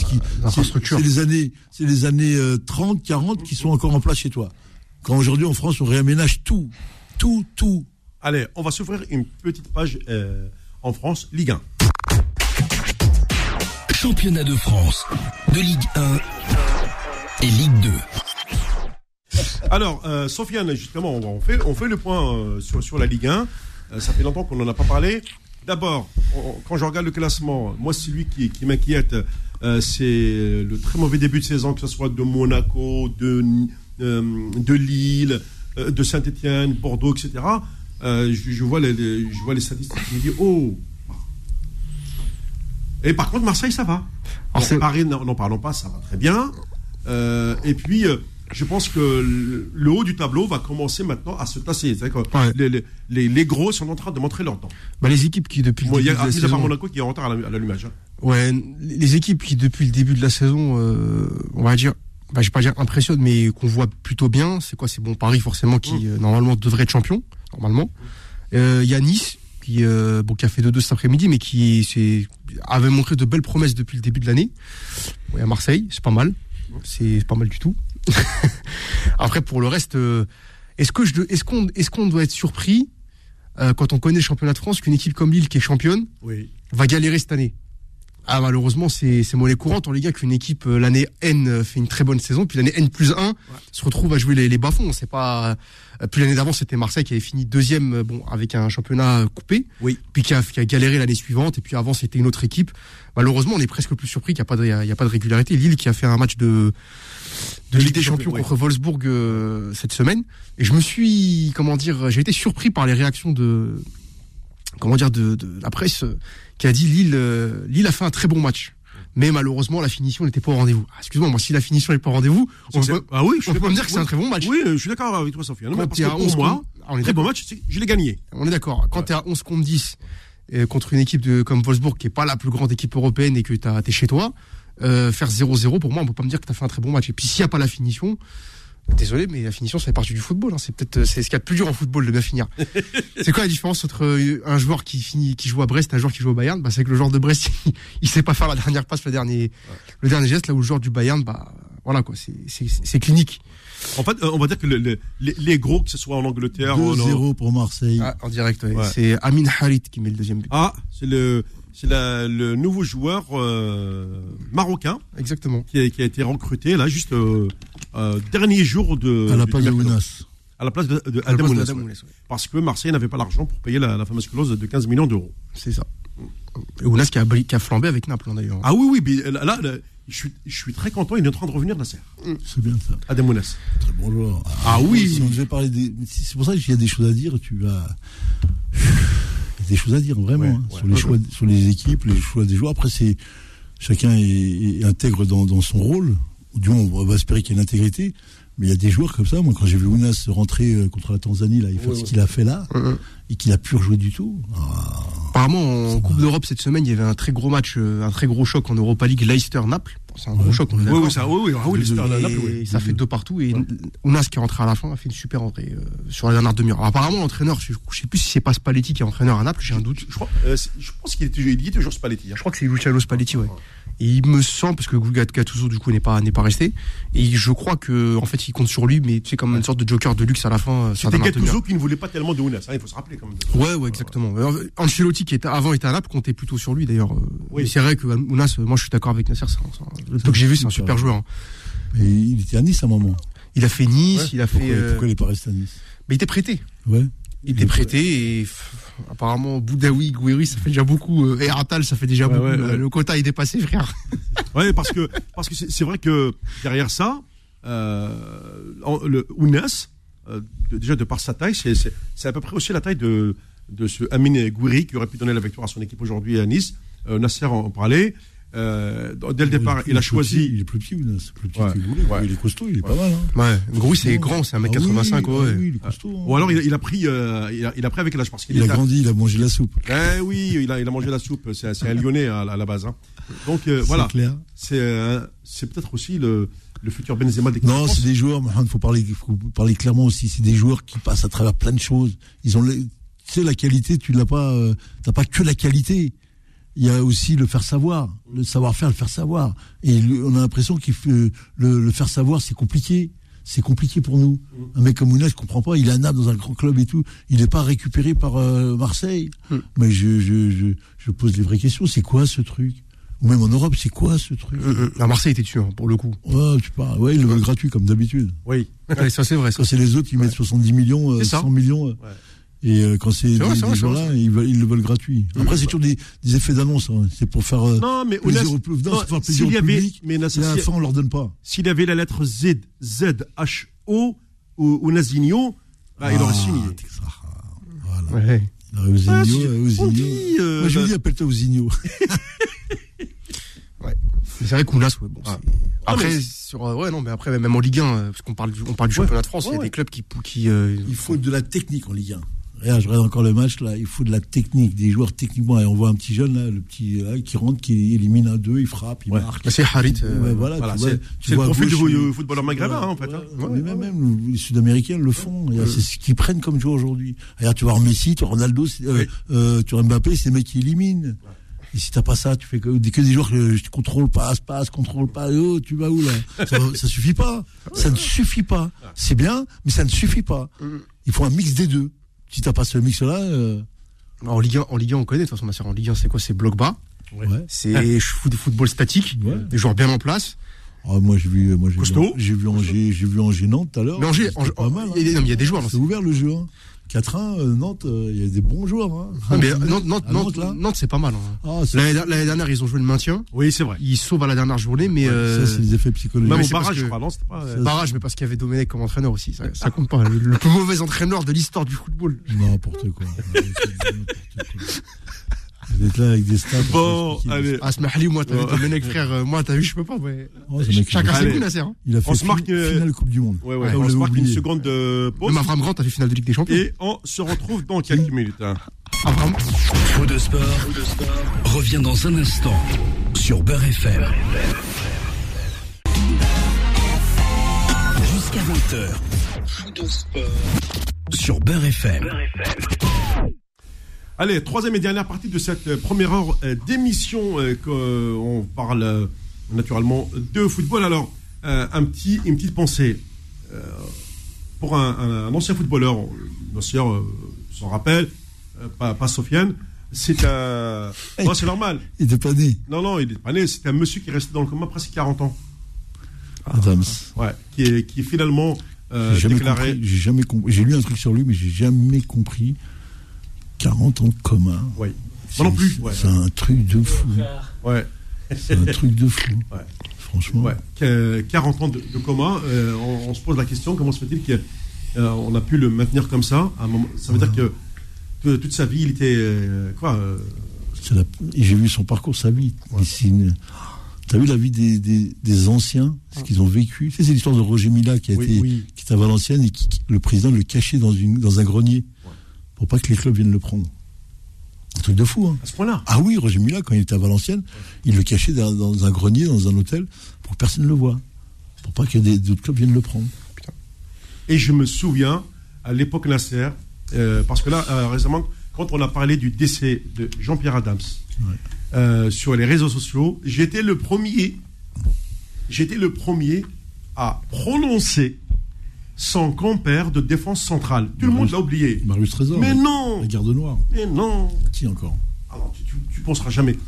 c'est les années 30, 40 qui sont encore en place chez toi. Quand aujourd'hui en France on réaménage tout. Allez, on va s'ouvrir une petite page en France, Ligue 1. Championnat de France, de Ligue 1 et Ligue 2. Alors, Sofiane, justement, on fait le point sur la Ligue 1. Ça fait longtemps qu'on n'en a pas parlé. D'abord, quand je regarde le classement, moi, celui qui m'inquiète, c'est le très mauvais début de saison, que ce soit de Monaco, de Lille, de Saint-Etienne, Bordeaux, etc. Je vois les statistiques, je me dis, oh. Et par contre, Marseille, ça va. Paris, n'en parlons pas, ça va très bien. Et puis... je pense que le haut du tableau va commencer maintenant à se tasser. Les gros sont en train de montrer leur dent. Les équipes qui, depuis le début de la saison... Il y a Monaco qui est en retard à l'allumage. Ouais, les équipes qui, depuis le début de la saison, on va dire, je vais pas dire impressionnent, mais qu'on voit plutôt bien. C'est quoi? C'est Paris, forcément, qui normalement devrait être champion, normalement. Il y a Nice, qui a fait 2-2 cet après-midi, mais qui avait montré de belles promesses depuis le début de l'année. Il y a Marseille, c'est pas mal. C'est pas mal du tout. Après, pour le reste, est-ce qu'on doit être surpris quand on connaît le championnat de France, qu'une équipe comme Lille, qui est championne, va galérer cette année. Ah, malheureusement, c'est monnaie courante en Ligue 1 qu'une équipe, l'année N, fait une très bonne saison, puis l'année N+1 se retrouve à jouer les bas-fonds. C'est pas, puis l'année d'avant, c'était Marseille qui avait fini deuxième, avec un championnat coupé. Puis qui a galéré l'année suivante, et puis avant, c'était une autre équipe. Malheureusement, on est presque plus surpris qu'il n'y a pas de régularité. Lille qui a fait un match de Ligue des Champions contre Wolfsburg, cette semaine. Et j'ai été surpris par les réactions de la presse, qui a dit Lille a fait un très bon match, mais malheureusement la finition n'était pas au rendez-vous. Excuse-moi, moi si la finition n'est pas au rendez-vous, on peut me dire que c'est un très bon match. Oui, je suis d'accord avec toi, Sofiane. Parce que pour moi, très bon match, je l'ai gagné. On est d'accord. Quand t'es à 11 contre 10 contre une équipe comme Wolfsburg, qui est pas la plus grande équipe européenne, et que t'es chez toi, faire 0-0, pour moi, on peut pas me dire que t'as fait un très bon match. Et puis s'il y a pas la finition, désolé, mais la finition, ça fait partie du football. C'est ce qu'il y a de plus dur en football, de bien finir. C'est quoi la différence entre un joueur qui joue à Brest et un joueur qui joue au Bayern? C'est que le joueur de Brest, il sait pas faire la dernière passe, le dernier geste, là où le joueur du Bayern, voilà quoi, c'est clinique. En fait, on va dire que les gros, que ce soit en Angleterre, 2-0 pour Marseille. En direct, ouais. C'est Amin Harit qui met le deuxième but. C'est le nouveau joueur marocain. Exactement. Qui a été recruté là juste dernier jour à la place de Ounas. À la place de Adem Ounas. Parce que Marseille n'avait pas l'argent pour payer la fameuse clause de 15 millions d'euros. C'est ça. Et Ounas qui a flambé avec Naples d'ailleurs. Ah oui, mais là je suis très content, il est en train de revenir, Nasser. C'est bien ça. Adem Ounas. Très bon joueur. Oui. Si on devait parler c'est pour ça qu'il y a des choses à dire, il y a des choses à dire vraiment, sur les équipes, les choix des joueurs. Après, chacun est intègre dans son rôle. Du moins, on va espérer qu'il y ait une intégrité. Mais il y a des joueurs comme ça. Moi, quand j'ai vu Ounas rentrer contre la Tanzanie, là, il fait ce qu'il a fait là, et qu'il a pu rejouer du tout. Apparemment, en Coupe d'Europe cette semaine, il y avait un très gros match, un très gros choc en Europa League, Leicester-Naples. C'est un gros choc, on est d'accord. Leicester-Naples, ça fait 2 partout. Et Ounas, qui est rentré à la fin, a fait une super entrée sur la dernière demi-heure. Alors, apparemment, l'entraîneur, je sais plus si c'est pas Spalletti qui est entraîneur à Naples, j'ai un doute. Je pense qu'il était toujours Spalletti. Je crois que c'est Luciano Spalletti, ouais. Et il me semble, parce que Gattuso du coup n'est pas resté, et je crois que en fait il compte sur lui, mais c'est comme une sorte de joker de luxe à la fin. C'était Gattuso qui ne voulait pas tellement de Ounas, il faut se rappeler quand même. Ouais, exactement. Ancelotti qui était à Naples comptait plutôt sur lui d'ailleurs. Mais c'est vrai que Ounas, moi je suis d'accord avec Nasser, le peu que j'ai vu, c'est un super joueur. Et il était à Nice à un moment. Il a fait Nice, il a fait. Pourquoi il n'est pas resté à Nice? Mais il était prêté. Ouais. Il était prêté, et apparemment Boudaoui, Gouiri, ça fait déjà beaucoup, et Atal, ça fait déjà beaucoup. Le quota est dépassé, frère. Ouais, parce que c'est vrai que derrière ça, le Ounas, déjà de par sa taille, c'est à peu près aussi la taille de ce Amin Gouiri qui aurait pu donner la victoire à son équipe aujourd'hui à Nice. Nasser en parlait. Dès le départ, il a choisi. Il est plus petit, Ounas. Plus petit que Gouiri. Il est costaud, il est pas mal. Ouais. Gouiri, c'est grand, c'est 1m85. Oui, il est costaud. Ou alors il a pris avec l'âge, parce qu'il a grandi, il a mangé la soupe. Oui, il a mangé la soupe. C'est un Lyonnais à la base. Donc voilà. Clair. C'est peut-être aussi le futur Benzema des. Non, c'est des joueurs. Il faut parler clairement aussi. C'est des joueurs qui passent à travers plein de choses. Ils ont, tu sais, la qualité. Tu l'as pas. T'as pas que la qualité. Il y a aussi le faire savoir, le savoir-faire, le faire savoir. Et on a l'impression que le faire savoir, c'est compliqué. C'est compliqué pour nous. Un mec comme Ounas, je comprends pas. Il est à Naples dans un grand club et tout. Il n'est pas récupéré par Marseille. Mais je pose les vraies questions. C'est quoi ce truc? Ou même en Europe, c'est quoi ce truc? À Marseille était dessus, pour le coup. Ouais, tu parles. Ouais, ils le veulent gratuit comme d'habitude. Oui. Ça c'est vrai. Quand c'est les autres, ils mettent 70 millions, 100 millions. Ouais. Et quand c'est des gens-là, ils le veulent gratuit. Après, c'est toujours des effets d'annonce. C'est pour faire plaisir au public. Mais à la fin, on leur donne pas. S'il y avait la lettre Z-H-O ou Nazinho, il aurait signé. Voilà. Ouais. Ouzinho. Moi, je lui dis, appelle-toi Ouzinho. Ouais. C'est vrai qu'Ounas, après, mais après, même en Ligue 1, parce qu'on parle du championnat de France, il y a des clubs qui il faut de la technique en Ligue 1. Regarde, je regarde encore le match, là, il faut de la technique, des joueurs techniquement. Et on voit un petit jeune, là, qui rentre, qui élimine un 2, il frappe, il marque. C'est Harit. Voilà, c'est le profil du footballeur maghrébin, en fait. Mais même les Sud-Américains le font. C'est ce qu'ils prennent comme joueur aujourd'hui. Regarde, tu vois Messi, tu vois Ronaldo, tu vois Mbappé, c'est des mecs qui éliminent. Et si t'as pas ça, tu fais que des joueurs que je contrôle pas, tu vas où là? Ça suffit pas. Ça ne suffit pas. C'est bien, mais ça ne suffit pas. Il faut un mix des deux. si t'as pas ce mix-là. En Ligue 1, on connaît, de toute façon, ma sœur. En Ligue 1, c'est quoi? C'est bloc bas. Ouais. C'est football statique. Ouais. Les joueurs bien en place. Ah, moi, j'ai vu Costaud. j'ai vu Angers-Nantes tout à l'heure. Mais Angers, C'était pas mal. il y a des joueurs. C'est ouvert le jeu. 4-1, Nantes, il y a des bons joueurs. Mais Nantes, c'est pas mal. Ah, L'année dernière, ils ont joué le maintien. Oui, c'est vrai. Ils sauvent à la dernière journée, mais ça, c'est des effets psychologiques. Même au c'est barrage, parce que- je crois, non, c'était pas. barrage, mais parce qu'il y avait Domenech comme entraîneur aussi. Ça compte pas. Le plus mauvais entraîneur de l'histoire du football. N'importe quoi. Vous êtes là avec des stats. Bon, allez. Ah, Smahli, moi, t'as vu Domenech, frère. Moi, t'as vu, je peux pas. Ouais. Oh, ce mec, Chacun ses Allez. goûts, Nasser. il a fait On se marque, finale Coupe du Monde. Ouais, Ouais, on vous se l'avez marque une oublié. seconde de pause. Même Avram Grant a fait finale de Ligue des Champions. Et on se retrouve dans quelques minutes. Avram. Fou de sport revient dans un instant sur Beurre FM. Jusqu'à 20h. Fou de sport sur Beurre FM. Allez, troisième et dernière partie de cette première heure d'émission. On parle naturellement de football. Alors, une petite pensée. Pour un ancien footballeur, nos sœurs s'en rappellent, pas Sofiane, c'est un... Non, c'est normal. Il était pas né. Non, il est pas né. C'est un monsieur qui est resté dans le coma presque 40 ans. Adams. Ouais, qui est finalement J'ai déclaré... jamais compris. J'ai lu un truc sur lui, mais j'ai jamais compris. 40 ans de coma. Oui. Moi non plus. Ouais. C'est un truc de fou. Ouais. C'est un truc de fou. Ouais. Franchement. Ouais. 40 ans de coma. On se pose la question, comment se fait-il qu'on a pu le maintenir comme ça à un moment. Ça veut dire que toute sa vie, il était... Et j'ai vu son parcours, sa vie. Ouais. T'as vu la vie des anciens, ce qu'ils ont vécu. C'est l'histoire de Roger Mila qui était à Valenciennes et le président le cachait dans un grenier pour pas que les clubs viennent le prendre. Un truc de fou, hein. À ce point-là. Ah oui, Roger Mila, quand il était à Valenciennes, il le cachait dans un grenier, dans un hôtel, pour que personne ne le voie. Pour pas que d'autres clubs viennent le prendre. Putain. Et je me souviens, à l'époque Nasser, parce que là, récemment, quand on a parlé du décès de Jean-Pierre Adams, sur les réseaux sociaux, j'étais le premier à prononcer son compère de défense centrale. Tout le monde l'a oublié. Marius Trésor. Mais non. La garde noire. Mais non. Qui encore? Alors, tu penseras jamais.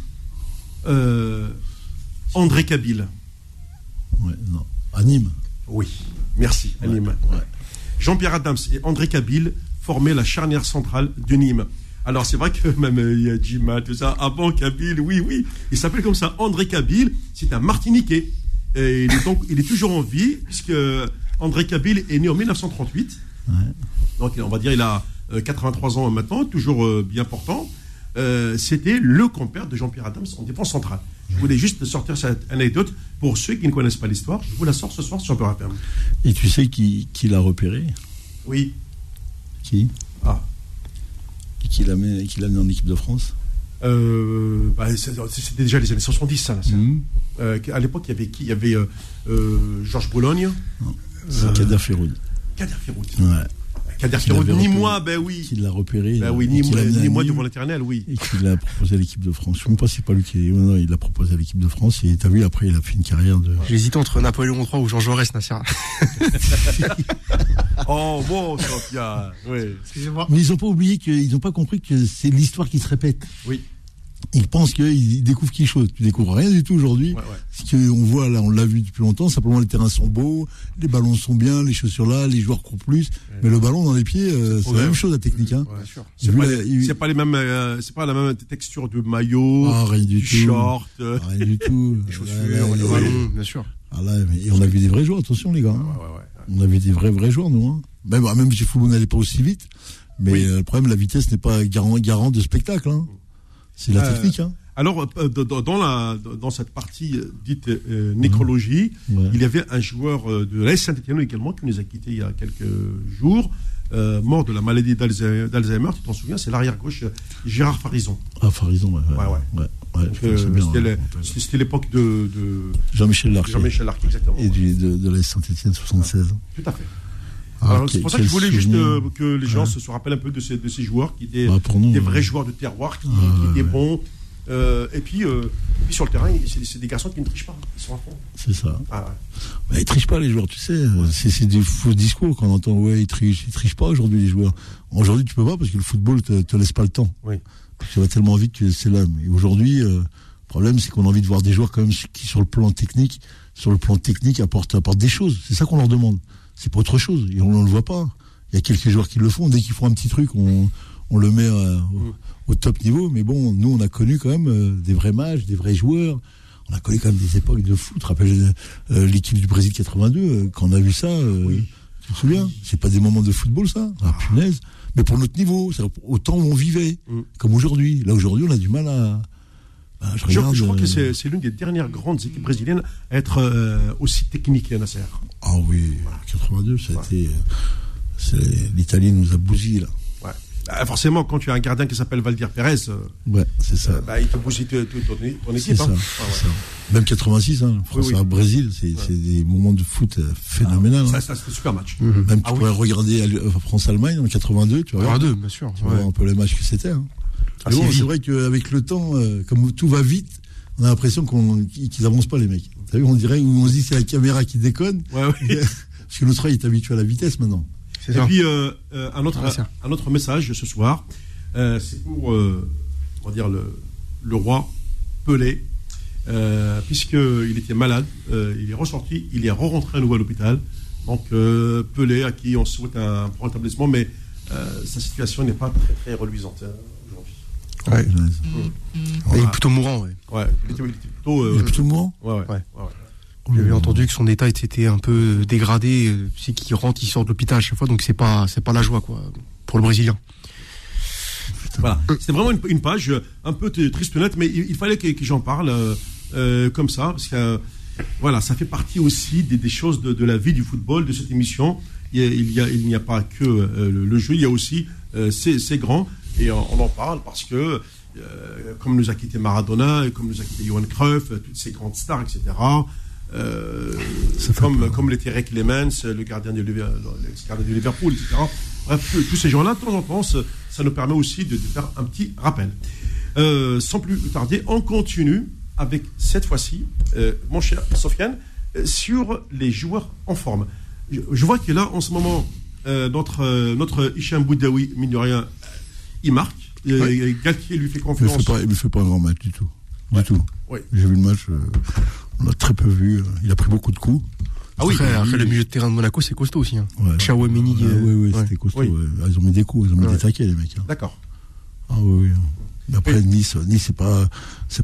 André Kabyle. Ouais, non. À Nîmes. Oui, merci, à Nîmes. Ouais. Jean-Pierre Adams et André Kabyle formaient la charnière centrale de Nîmes. Alors c'est vrai que même il y a Djima, tout ça, avant Kabyle, oui, il s'appelle comme ça, André Kabyle, c'est un Martiniquais. Et il est toujours en vie, puisque André Kabyle est né en 1938. Ouais. Donc on va dire il a 83 ans maintenant, toujours bien portant. C'était le compère de Jean-Pierre Adams en défense centrale. Je voulais juste sortir cette anecdote pour ceux qui ne connaissent pas l'histoire. Je vous la sors ce soir sur Beurre FM. Et tu sais qui l'a repéré? Oui. Qui? Ah. Et qui l'a mis en équipe de France? C'était déjà les années 70, ça. À l'époque, il y avait qui? Il y avait Georges Boulogne. C'est Kader Feroud. Kader Feroud. Ouais. Kader Feroud, ni moi, ben oui. Qui l'a repéré. Ben oui, ni moi devant l'éternel, oui. Et qui l'a proposé à l'équipe de France. Je ne sais même pas si c'est pas lui qui est. Non, il l'a proposé à l'équipe de France. Et t'as vu, après, il a fait une carrière de. J'hésitais entre Napoléon III ou Jean Jaurès, Nasser. Oh, bon, Sophia. Oui. Excusez-moi. Mais ils n'ont pas oublié ils n'ont pas compris que c'est l'histoire qui se répète. Oui. Ils pensent qu'ils découvrent quelque chose. Tu découvres rien du tout aujourd'hui. Ouais. Ce qu'on voit là, on l'a vu depuis longtemps. Simplement, les terrains sont beaux, les ballons sont bien, les chaussures là, les joueurs courent plus. Mais le ballon dans les pieds, c'est la même chose, la technique. Hein. Ouais, sûr. C'est pas les mêmes, c'est pas la même texture de maillot, rien du tout. short, rien du tout. Les chaussures, les ballons, bien sûr. Ah là, et on a vu des vrais joueurs, attention les gars. Hein. Ouais. On a vu des vrais joueurs, nous. Hein. Même si football n'allait pas aussi vite. Mais le problème, la vitesse n'est pas garant de spectacle. Hein. C'est la technique. Hein. Alors, dans cette partie dite nécrologie, il y avait un joueur de l'AS Saint-Étienne également qui nous a quittés il y a quelques jours, mort de la maladie d'Alzheimer. Tu t'en souviens, c'est l'arrière-gauche Gérard Farison. Ah, Farison, ouais. C'était l'époque de Jean-Michel Larquet. Jean-Michel Larquet, exactement. Et de l'AS Saint-Étienne 76. Tout à fait. Ah, alors, c'est pour ça que je voulais juste que les gens se rappellent un peu de ces joueurs qui étaient des vrais joueurs de terroir, qui étaient bons, Et puis sur le terrain, c'est des garçons qui ne trichent pas, ils sont à fond. C'est ça. Ah, ouais. Bah, ils trichent pas, les joueurs, tu sais. C'est des faux discours quand on entend, ouais, ils trichent pas aujourd'hui, les joueurs. Aujourd'hui, tu peux pas parce que le football te laisse pas le temps. Oui. Parce que ça va tellement vite que c'est là. Mais aujourd'hui, le problème, c'est qu'on a envie de voir des joueurs quand même qui, sur le plan technique, apportent des choses. C'est ça qu'on leur demande. C'est pas autre chose. Et on le voit pas. Il y a quelques joueurs qui le font. Dès qu'ils font un petit truc, on le met au top niveau. Mais bon, nous, on a connu quand même des vrais matchs, des vrais joueurs. On a connu quand même des époques de foot. Rappelle l'équipe du Brésil 82. Quand on a vu ça, tu te souviens? C'est pas des moments de football, ça? Ah, punaise. Mais pour notre niveau, au temps où on vivait, comme aujourd'hui. Là, aujourd'hui, on a du mal à... Je crois que c'est l'une des dernières grandes équipes brésiliennes à être aussi technique, Nasser. Ah oui, 82, ça a été... L'Italie nous a bousillé, là. Ouais. Bah, forcément, quand tu as un gardien qui s'appelle Valdir Pérez, ouais, c'est ça. Il te bousille ton équipe. C'est ça, ça. Même 86, France-Brésil, c'est des moments de foot phénoménal. Ça, c'était un super match. Même tu pourrais regarder France-Allemagne en 82, tu vois. 82, bien sûr. Tu vois un peu les matchs que c'était. Mais bon, c'est vrai qu'avec le temps, comme tout va vite, on a l'impression qu'ils avancent pas, les mecs. T'as vu, on se dit c'est la caméra qui déconne. Ouais. Parce que l'autre, il est habitué à la vitesse maintenant. Et puis, un autre message ce soir, c'est pour, on va dire, le roi Pelé, puisqu'il était malade, il est ressorti, il est re-rentré à nouveau à l'hôpital. Donc, Pelé, à qui on souhaite un bon rétablissement, mais sa situation n'est pas très, très reluisante aujourd'hui. Ouais. Il est plutôt mourant, Ouais, il était il est plutôt mourant. Ouais. J'avais entendu que son état était un peu dégradé, c'est qu'il rentre, il sort de l'hôpital à chaque fois, donc c'est pas la joie, quoi, pour le Brésilien. Voilà, c'était vraiment une page un peu triste nette, mais il fallait que j'en parle comme ça, parce que voilà, ça fait partie aussi des choses de la vie du football, de cette émission. Il n'y a pas que le jeu, il y a aussi ces grands, et on en parle parce que comme nous a quitté Maradona, comme nous a quitté Johan Cruyff, toutes ces grandes stars, etc. Comme l'était Ray Clemens, le gardien de Liverpool, etc. Bref, tous ces gens-là, de temps en temps, ça nous permet aussi de faire un petit rappel. Sans plus tarder, on continue avec cette fois-ci, mon cher Sofiane, sur les joueurs en forme. Je vois que là, en ce moment, notre Hicham Boudaoui, mine de rien, il marque. Galtier lui fait confiance. Il ne fait pas un grand match du tout. Ouais. Du tout. Oui. J'ai vu le match, on l'a très peu vu. Il a pris beaucoup de coups. Après, le milieu de terrain de Monaco, c'est costaud aussi. Chouameni. Oui, c'était costaud. Ouais. Ils ont mis des coups, ils ont mis des taquets, les mecs. D'accord. Ah oui. Mais après, Nice, c'est pas ce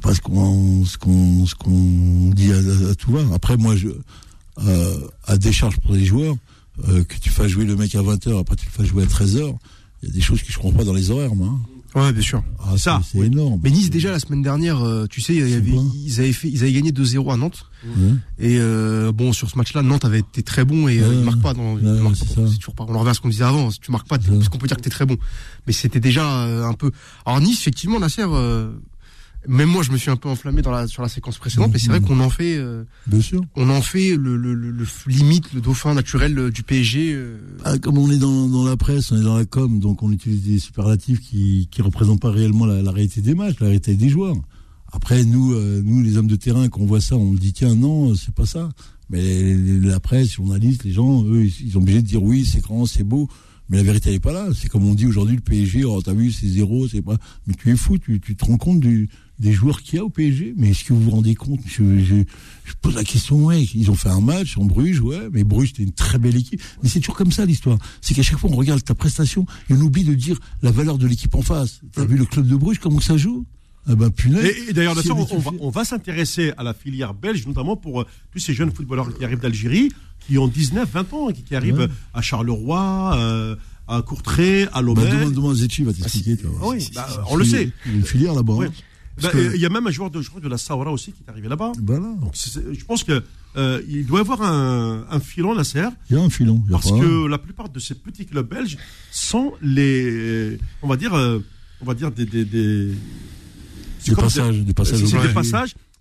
qu'on dit à tout va. Après, moi, à décharge pour les joueurs, que tu fasses jouer le mec à 20h, après tu le fasses jouer à 13h, il y a des choses que je comprends pas dans les horaires, moi. Ouais, bien sûr. C'est énorme. Mais Nice, déjà, la semaine dernière, tu sais, ils avaient gagné 2-0 à Nantes. Et sur ce match-là, Nantes avait été très bon et ils marquent pas. C'est toujours pas. On en revient à ce qu'on disait avant. Si tu marques pas, parce qu'on peut dire que t'es très bon. Mais c'était déjà un peu. Alors Nice, effectivement, Nasser. Même moi, je me suis un peu enflammé sur la séquence précédente, mais c'est vrai qu'on en fait. Bien sûr. On en fait le limite le dauphin naturel du PSG. Comme on est dans la presse, on est dans la com, donc on utilise des superlatifs qui représentent pas réellement la réalité des matchs, la réalité des joueurs. Après, nous les hommes de terrain, quand on voit ça, on dit tiens non, c'est pas ça. Mais la presse, les journalistes, les gens, eux, ils sont obligés de dire oui, c'est grand, c'est beau. Mais la vérité, elle est pas là. C'est comme on dit aujourd'hui, le PSG, t'as vu, c'est 0, c'est pas. Mais tu es fou, tu te rends compte des joueurs qu'il y a au PSG. Mais est-ce que vous vous rendez compte? Je pose la question, ouais. Ils ont fait un match en Bruges, ouais. Mais Bruges, c'était une très belle équipe. Mais c'est toujours comme ça, l'histoire. C'est qu'à chaque fois, on regarde ta prestation et on oublie de dire la valeur de l'équipe en face. T'as vu le club de Bruges, comment ça joue? Ah ben, punaise. Et d'ailleurs, on va s'intéresser à la filière belge, notamment pour tous ces jeunes footballeurs qui arrivent d'Algérie, qui ont 19, 20 ans, qui arrivent à Charleroi, à Courtrai, à Lommel. Demande Zetchi va t'expliquer. On le sait. Il y a une filière là-bas. Oui. Il y a même un joueur de la Saoura aussi qui est arrivé là-bas. Voilà. Donc, je pense que il doit y avoir un filon, Nasser. Il y a un filon. Parce que la plupart de ces petits clubs belges sont on va dire des passages. C'est des passages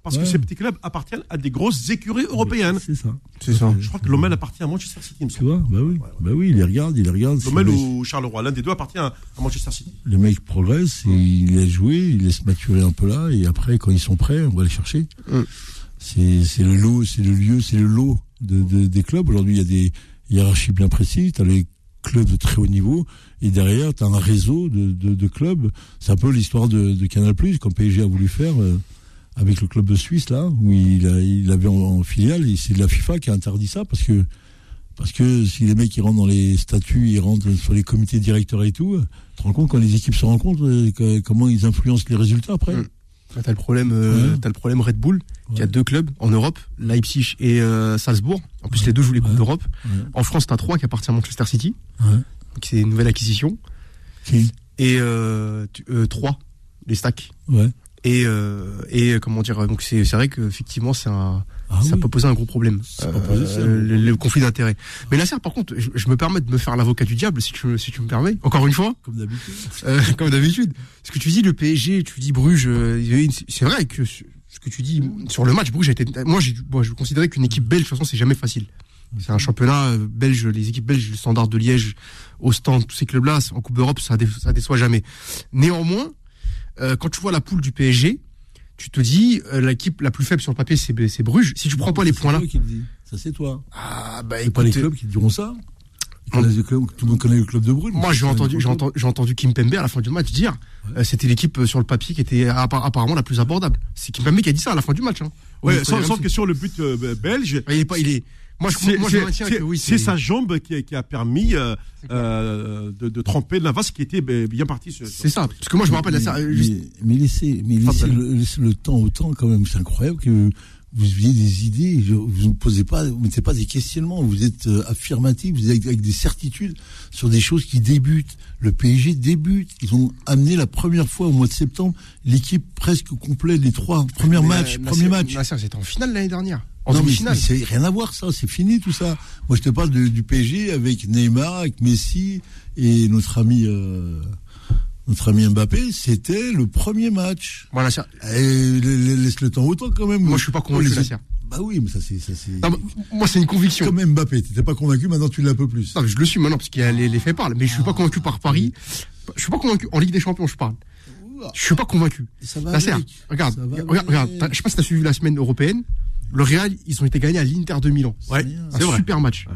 parce que ces petits clubs appartiennent à des grosses écuries européennes. C'est ça. Je crois que Lommel appartient à Manchester City, il me Tu semble. vois, bah oui, il les regarde. Lommel ou Charleroi, l'un des deux appartient à Manchester City. Le mec progresse, et il laisse jouer, il laisse maturer un peu là, et après, quand ils sont prêts, on va les chercher. C'est le lot des clubs. Aujourd'hui, il y a des hiérarchies bien précises. T'as les clubs de très haut niveau, et derrière, t'as un réseau de clubs. C'est un peu l'histoire de Canal+, quand PSG a voulu faire, avec le club de Suisse, là, où il avait en filiale, et c'est la FIFA qui a interdit ça, parce que si les mecs, ils rentrent dans les statuts, ils rentrent sur les comités directeurs et tout, tu te rends compte, quand les équipes se rencontrent, comment ils influencent les résultats après. T'as le problème Red Bull, qui a 2 clubs en Europe, Leipzig et Salzbourg. En plus, les 2 jouent les Coupes d'Europe. En France, t'as 3 qui appartiennent à Manchester City. Donc c'est une nouvelle acquisition. Et 3, les Stacks. Et comment dire, donc c'est vrai qu'effectivement, ça peut poser un gros problème. Le conflit d'intérêts. Mais là, par contre, je me permets de me faire l'avocat du diable, si tu me permets. Encore une fois. Comme d'habitude. Comme d'habitude. Ce que tu dis, le PSG, tu dis Bruges, c'est vrai que ce que tu dis sur le match, Bruges je considérais qu'une équipe belge, de toute façon, c'est jamais facile. C'est un championnat belge, les équipes belges, le Standard de Liège, Ostende, tous ces clubs-là, en Coupe d'Europe, ça déçoit jamais. Néanmoins, quand tu vois la poule du PSG, tu te dis, l'équipe la plus faible sur le papier, c'est Bruges. Si tu prends pas les points là. Ça, c'est toi. C'est pas les clubs qui te diront ça. Tout le monde connaît le club de Bruges. Moi, j'ai entendu Kimpembe à la fin du match dire, c'était l'équipe sur le papier qui était apparemment la plus abordable. C'est Kimpembe qui a dit ça à la fin de match. Sans question, le but belge. Moi, je maintiens que oui. C'est sa jambe qui a permis de tremper Navas, qui était bien parti. C'est ça. Parce que moi, je me rappelle de ça. Mais laissez le temps au temps, quand même. C'est incroyable que vous ayez des idées. Vous ne mettez pas des questionnements. Vous êtes affirmatif. Vous êtes avec des certitudes sur des choses qui débutent. Le PSG débute. Ils ont amené la première fois au mois de septembre l'équipe presque complète, les 3 premiers matchs. C'était en finale l'année dernière. Non, mais c'est rien à voir, ça, c'est fini tout ça. Moi, je te parle du PSG avec Neymar, avec Messi et notre ami Mbappé. C'était le premier match. Voilà, laisse le temps au temps quand même. Moi, je suis pas convaincu, Nasser. Bah oui, mais ça c'est. Non, moi, c'est une conviction. Comme Mbappé, t'étais pas convaincu, maintenant tu l'es un peu plus. Non, je le suis maintenant parce qu'il y a les faits parlent. Mais je suis pas convaincu par Paris. Je suis pas convaincu en Ligue des Champions. Je parle. Je suis pas convaincu. Nasser, regarde. Je sais pas si t'as suivi la semaine européenne. Le Real, ils ont été gagnés à l'Inter de Milan. Ouais, c'est un super match.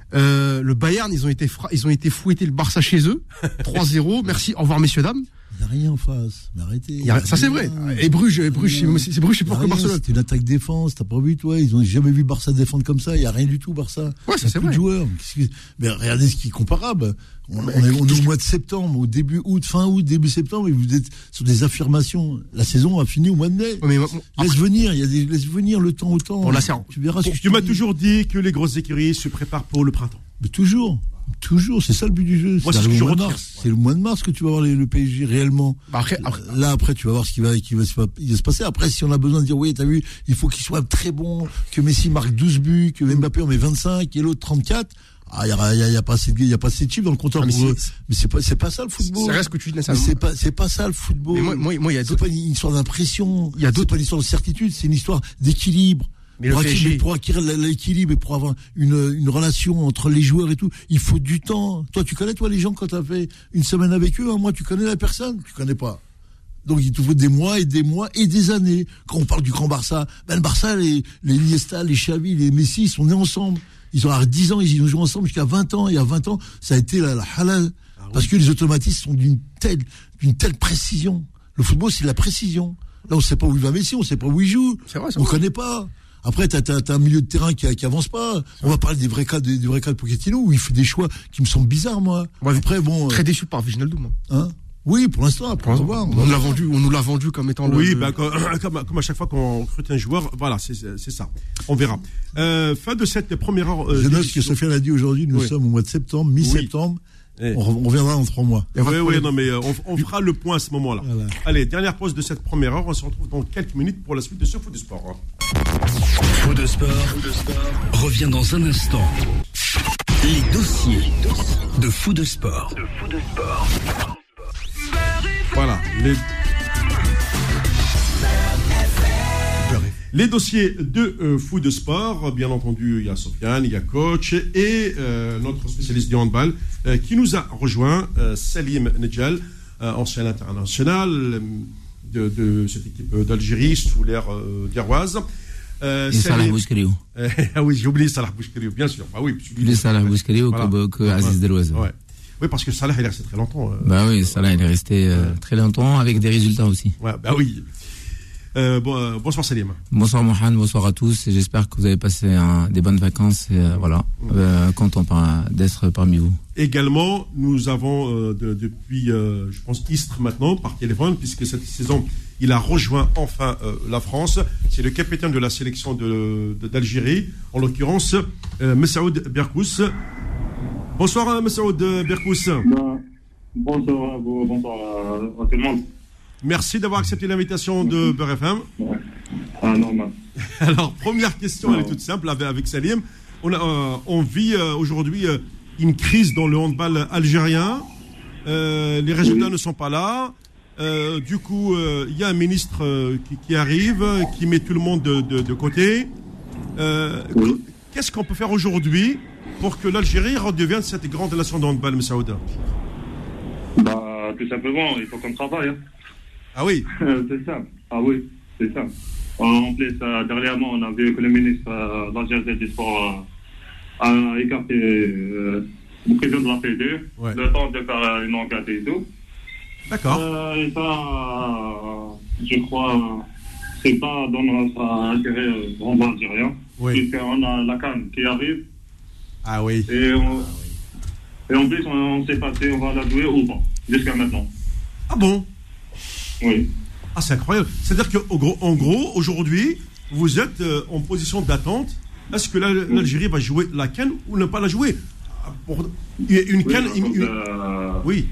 Le Bayern, ils ont été fouettés le Barça chez eux. 3-0. Merci. Au revoir, messieurs, dames. Il n'y a rien en face. Mais arrêtez. Ça, c'est vrai. Et Bruges, c'est plus fort que Barcelone. C'était une attaque-défense. T'as pas vu, toi? Ils ont jamais vu Barça défendre comme ça. Il n'y a rien du tout, Barça. Ouais, ça, c'est vrai. De joueurs. Mais regardez ce qui est comparable. On est au mois de septembre, au début août, fin août, début septembre, et vous êtes sur des affirmations. La saison a fini au mois de mai. Laisse venir le temps au temps. Bon, là, tu verras. Tu m'as toujours dit que les grosses écuries se préparent pour le printemps. Mais toujours, c'est ça le but du jeu. Moi, c'est ce que je retire. C'est le mois de mars que tu vas voir le PSG réellement. Après, tu vas voir ce qui va se passer. Après, si on a besoin de dire, oui, t'as vu, il faut qu'il soit très bon, que Messi marque 12 buts, que Mbappé en met 25 et l'autre 34. Il y a pas assez de chiffres dans le compteur pour eux. Mais c'est pas ça le football. C'est vrai ce que tu dis, Nasser. C'est pas ça le football. Mais moi, il y a c'est pas une histoire d'impression. C'est pas une histoire de certitude. C'est une histoire d'équilibre. Mais pour acquérir l'équilibre et pour avoir une relation entre les joueurs et tout, il faut du temps. Toi, tu connais, les gens, quand tu as fait une semaine avec eux, un mois, tu connais la personne? Tu connais pas. Donc, il te faut des mois et des années. Quand on parle du grand Barça, le Barça, les Iniesta, les Xavi, les Messi, ils sont nés ensemble. Ils ont 10 ans, ils ont joué ensemble jusqu'à 20 ans. Et à 20 ans, ça a été la halal. Parce que les automatismes sont d'une telle précision. Le football, c'est la précision. Là, on sait pas où il va Messi, on sait pas où il joue. C'est vrai, on connaît pas. Après, t'as un milieu de terrain qui avance pas. On va parler des vrais cas de Pochettino, où il fait des choix qui me semblent bizarres, moi. Après, très déçu par Wijnaldum. Hein? Oui, pour l'instant, après, on va voir. On nous l'a vendu comme étant Oui, comme à chaque fois qu'on recrute un joueur, voilà, c'est ça. On verra. Fin de cette première heure. Je note ce que Sofiane a dit aujourd'hui, nous sommes au mois de septembre, mi-septembre. Oui. On reviendra dans 3 mois. Oui, non, mais on fera le point à ce moment-là. Voilà. Allez, dernière pause de cette première heure. On se retrouve dans quelques minutes pour la suite de ce Fou de Sport. Fou de Sport revient dans un instant. Les dossiers de Fou de Sport. Voilà. Les dossiers de foot de sport, bien entendu, il y a Sofiane, il y a coach et notre spécialiste du handball qui nous a rejoint, Salim Nedjal, ancien international de cette équipe d'Algérie sous l'ère d'Iroise. Salah Bouchkriou. Ah oui, j'ai oublié Salah Bouchkriou, bien sûr. Ah oui, plus Salah Bouchkriou que Aziz Delouaze. Ouais. Oui, parce que Salah, il est resté très longtemps. Bah oui, Salah, il est resté très longtemps avec des résultats aussi. Ouais, bah oui. Bonsoir Salim. Bonsoir Mohamed, bonsoir à tous et j'espère que vous avez passé des bonnes vacances et content d'être parmi vous. Également, nous avons depuis, je pense, Istres maintenant par téléphone puisque cette saison, il a rejoint enfin la France. C'est le capitaine de la sélection d'Algérie, en l'occurrence Messaoud Berkous. Bonsoir Messaoud Berkous. Bonsoir à vous, bonsoir à tout le monde. Merci d'avoir accepté l'invitation de Beurre FM. Ah, normal. Alors, première question, elle est toute simple avec Salim. On vit aujourd'hui une crise dans le handball algérien. Les résultats ne sont pas là. Du coup, il y a un ministre qui arrive, qui met tout le monde de côté. Qu'est-ce qu'on peut faire aujourd'hui pour que l'Algérie redevienne cette grande nation de handball, M. Saouda? Tout simplement, il faut qu'on travaille. Hein. Ah oui. C'est ça. Ah oui, c'est ça. En plus, dernièrement, on a vu que le ministre d'Algérie des Sports a écarté le président de la Fédé, le temps de faire une enquête et tout. D'accord. Et ça, je crois, c'est pas dans notre intérêt grand algérien. Oui. Puisqu'on a la CAN qui arrive. Ah oui. Et en plus, on ne sait pas si on va la jouer ou pas, jusqu'à maintenant. Ah bon? Oui. Ah, c'est incroyable. C'est-à-dire qu'en gros, aujourd'hui, vous êtes en position d'attente. Est-ce que l'Algérie va jouer la CAN ou ne pas la jouer? Une CAN. Oui.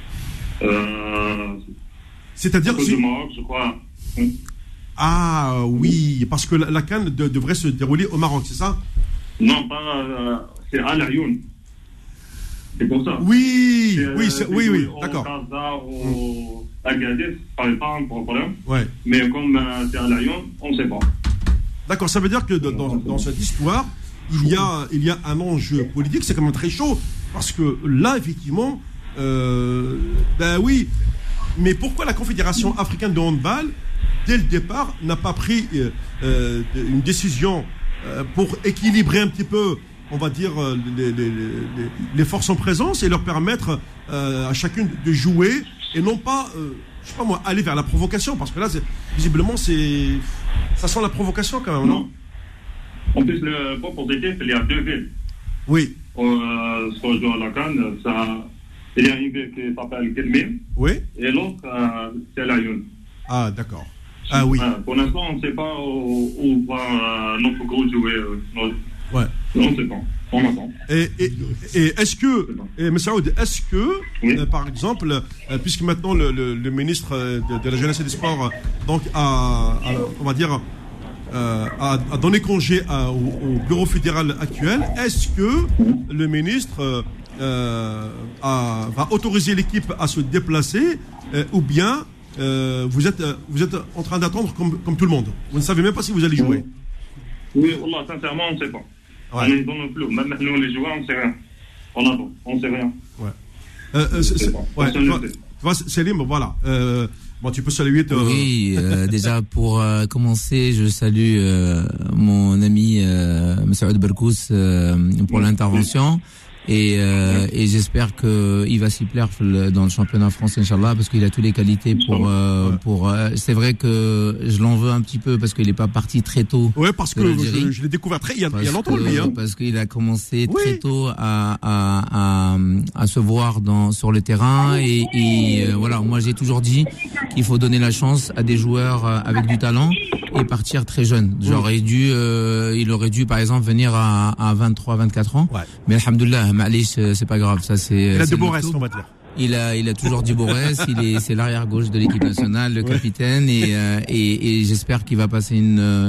C'est-à-dire. Du Maroc, je crois. Ah oui, parce que la CAN devrait se dérouler au Maroc, c'est ça? Non, pas. C'est à l'Arioun. C'est pour ça. Oui, oui, d'accord. Au Agadez, pas un problème. Ouais. Mais comme c'est à Lyon, on ne sait pas. D'accord, ça veut dire que dans cette histoire, il y a un enjeu politique, c'est quand même très chaud. Parce que là, effectivement, ben oui. Mais pourquoi la Confédération africaine de handball, dès le départ, n'a pas pris une décision pour équilibrer un petit peu, on va dire, les forces en présence et leur permettre à chacune de jouer et non pas, je sais pas moi, aller vers la provocation, parce que là, visiblement, ça sent la provocation quand même, non? En plus, le point positif, il y a deux villes. Oui. Ce qu'on joue à la CAN, il y a une ville qui s'appelle Kelmim. Oui. Et l'autre, c'est Lyon. Ah, d'accord. Ah oui. Pour l'instant, on ne sait pas où va notre groupe jouer. Ouais. On ne sait pas. On attend. Et est-ce que, M. Saoud, oui. Par exemple, puisque maintenant le ministre de la Jeunesse et des Sports donc a donné congé au bureau fédéral actuel, est-ce que le ministre va autoriser l'équipe à se déplacer ou bien vous êtes en train d'attendre comme tout le monde? Vous ne savez même pas si vous allez jouer? Oui, sincèrement, on ne sait pas. Ouais. On est dans le flou. Même nous, les joueurs, on ne sait rien. On attend. On ne sait rien. Ouais. Salim, voilà. Bon, tu peux saluer. Oui, déjà pour commencer, je salue mon ami Messaoud Berkous pour l'intervention. Et j'espère que il va s'y plaire dans le championnat français, Inch'Allah, parce qu'il a toutes les qualités pour c'est vrai que je l'en veux un petit peu parce qu'il n'est pas parti très tôt. Ouais, parce que je l'ai découvert il y a longtemps, lui, hein. Parce qu'il a commencé très tôt à se voir sur le terrain et voilà, moi j'ai toujours dit qu'il faut donner la chance à des joueurs avec du talent et partir très jeune. Il aurait dû par exemple venir à 23, 24 ans. Ouais. Mais alhamdoulilah, Ma'lish, c'est pas grave, ça c'est. Il a de beaux restes, on va dire. Il a toujours dit Bourès. C'est l'arrière gauche de l'équipe nationale, le capitaine, et j'espère qu'il va passer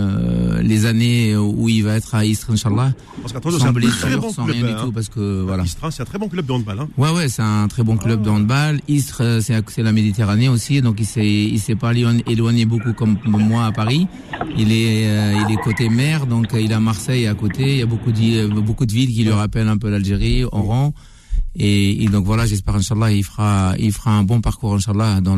les années où il va être à Istres, Inch'Allah. Parce qu'attention, sans c'est un blessure, très bon sans club, rien du tout, parce que voilà. Istres, c'est un très bon club de handball. Hein. Ouais, c'est un très bon club de handball. Istres, c'est la Méditerranée aussi, donc il s'est pas éloigné beaucoup comme moi à Paris. Il est côté mer, donc il a Marseille à côté. Il y a beaucoup de villes qui lui rappellent un peu l'Algérie, Oran. Et donc voilà, j'espère Inch'Allah, il fera un bon parcours Inch'Allah dans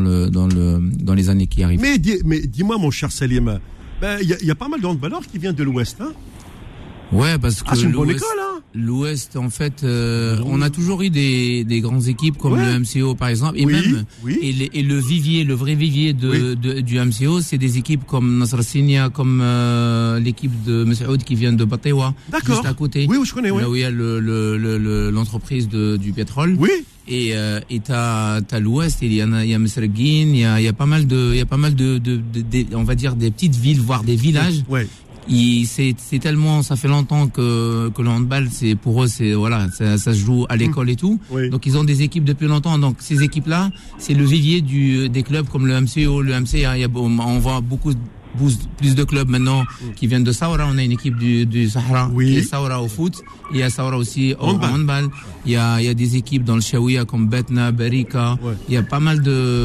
les années qui arrivent. Mais dis-moi, mon cher Salim, il y a pas mal de handballeurs qui viennent de l'Ouest, hein? Ouais, parce que c'est une bonne école, hein. L'Ouest, en fait, on a toujours eu des grandes équipes comme le MCO par exemple, et et le vivier, le vrai vivier du MCO, c'est des équipes comme Nasr Sinia, comme l'équipe de Messaoud qui vient de Batewa, juste à côté. Oui, je connais. Là où il y a l'entreprise du pétrole. Oui. Et t'as l'Ouest, il y a Messerguine, il y a pas mal de on va dire des petites villes, voire des villages. Ouais. C'est tellement, ça fait longtemps que le handball, c'est pour eux, ça se joue à l'école et tout. Oui. Donc ils ont des équipes depuis longtemps. Donc ces équipes-là, c'est le vivier des clubs comme le MCO, le MC. On voit beaucoup plus de clubs maintenant qui viennent de Saoura. On a une équipe du Sahara qui est Saoura au foot. Il y a Saoura aussi au handball. Il y a des équipes dans le Chaouia comme Betna, Berika. Ouais. Il y a pas mal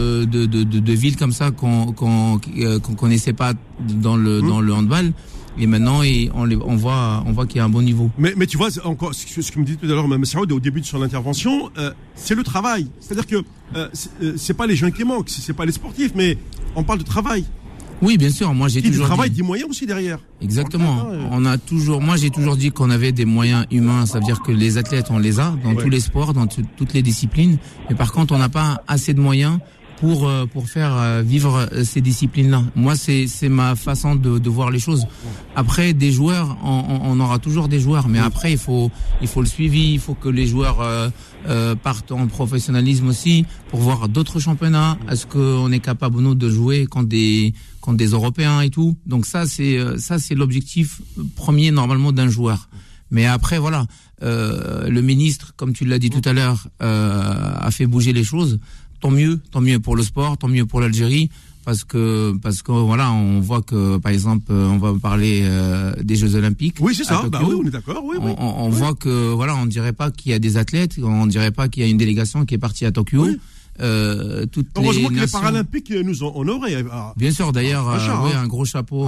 de villes comme ça qu'on connaissait pas dans le handball. Et maintenant, on voit qu'il y a un bon niveau. Mais tu vois, encore ce que me dit tout à l'heure Mme Saoud au début de son intervention, c'est le travail. C'est-à-dire que c'est pas les jeunes qui manquent, c'est pas les sportifs, mais on parle de travail. Oui, bien sûr. Moi, j'ai toujours du travail, des moyens aussi derrière. Exactement. Moi, j'ai toujours dit qu'on avait des moyens humains. Ça veut dire que les athlètes, on les a dans tous les sports, dans toutes les disciplines. Mais par contre, on n'a pas assez de moyens pour faire vivre ces disciplines-là. Moi, c'est ma façon de voir les choses. Après, des joueurs, on aura toujours des joueurs, mais après, il faut le suivi, il faut que les joueurs partent en professionnalisme aussi pour voir d'autres championnats. Est-ce qu'on est capable nous de jouer contre des Européens et tout. Donc ça, c'est l'objectif premier normalement d'un joueur. Mais après, voilà, le ministre, comme tu l'as dit tout à l'heure, a fait bouger les choses. Tant mieux pour le sport, tant mieux pour l'Algérie, parce que voilà, on voit que par exemple, on va parler des Jeux Olympiques. Oui, c'est ça. Bah oui, on est d'accord. Oui. On voit que voilà, on dirait pas qu'il y a des athlètes, on dirait pas qu'il y a une délégation qui est partie à Tokyo. Oui. Heureusement que les Paralympiques nous ont honorés. Bien sûr, d'ailleurs, un gros chapeau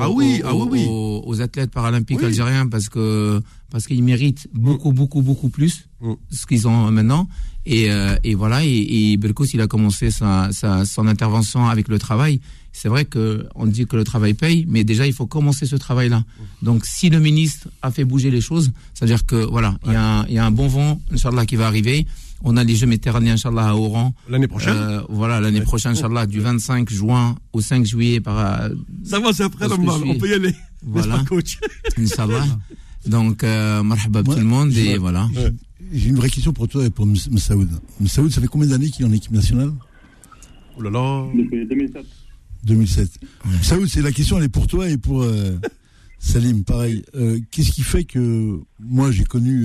aux athlètes paralympiques algériens parce qu'ils méritent beaucoup plus ce qu'ils ont maintenant. Et voilà, et Berkous, il a commencé son intervention avec le travail. C'est vrai que on dit que le travail paye, mais déjà il faut commencer ce travail-là. Donc si le ministre a fait bouger les choses, c'est-à-dire que voilà, il y a un bon vent, Inch'Allah, qui va arriver. On a les Jeux méditerranéens, Inch'Allah, à Oran. L'année prochaine. L'année prochaine, Inch'Allah, du 25 juin au 5 juillet ça va, c'est après Ramadan, on peut y aller. Voilà. N'est-ce pas, coach? Inch'Allah. Donc, marhaba tout le monde, et voilà. J'ai une vraie question pour toi et pour Messaoud. Messaoud, ça fait combien d'années qu'il est en équipe nationale? Oh là là. Depuis 2007. 2007. Messaoud, c'est la question, elle est pour toi et pour Salim, pareil. Qu'est-ce qui fait que moi, j'ai connu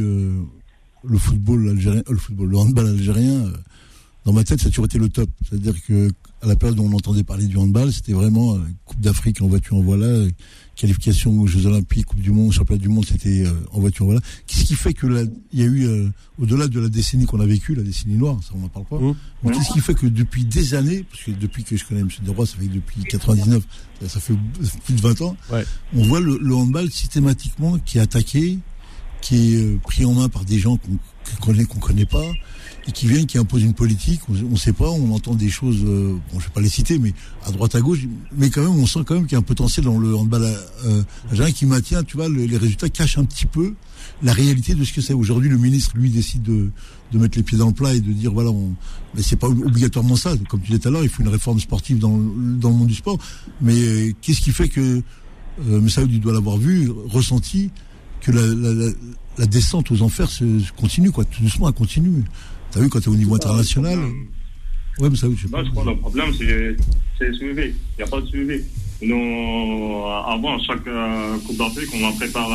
le football algérien, le handball algérien, dans ma tête, ça a toujours été le top. C'est-à-dire que à la période où on entendait parler du handball, c'était vraiment Coupe d'Afrique en voiture en voilà, qualification aux Jeux Olympiques, Coupe du Monde, Championnat du Monde, c'était en voiture en voilà. Qu'est-ce qui fait que il y a eu, au-delà de la décennie qu'on a vécue, la décennie noire, ça on n'en parle pas, mais qu'est-ce qui fait que depuis des années, parce que depuis que je connais M. Desrois, ça fait depuis 99, ça fait plus de 20 ans, on voit le handball systématiquement qui est attaqué, qui est pris en main par des gens qu'on connaît pas, et qui viennent, qui imposent une politique, on sait pas, on entend des choses, bon, je vais pas les citer, mais à droite, à gauche, mais quand même, on sent quand même qu'il y a un potentiel dans le handball algérien qui maintient, tu vois, les résultats cachent un petit peu la réalité de ce que c'est. Aujourd'hui, le ministre, lui, décide de mettre les pieds dans le plat et de dire, voilà, mais c'est pas obligatoirement ça. Comme tu disais tout à l'heure, il faut une réforme sportive dans le monde du sport. Mais qu'est-ce qui fait que Messaoud, il doit l'avoir vu, ressenti, que la descente aux enfers continue, quoi. Tout doucement, elle continue. T'as vu, quand t'es au niveau international. Ouais, mais ça, je sais pas. Je crois que le problème, c'est le suivi. Il n'y a pas de suivi. Nous, avant, chaque Coupe d'Afrique, on la prépare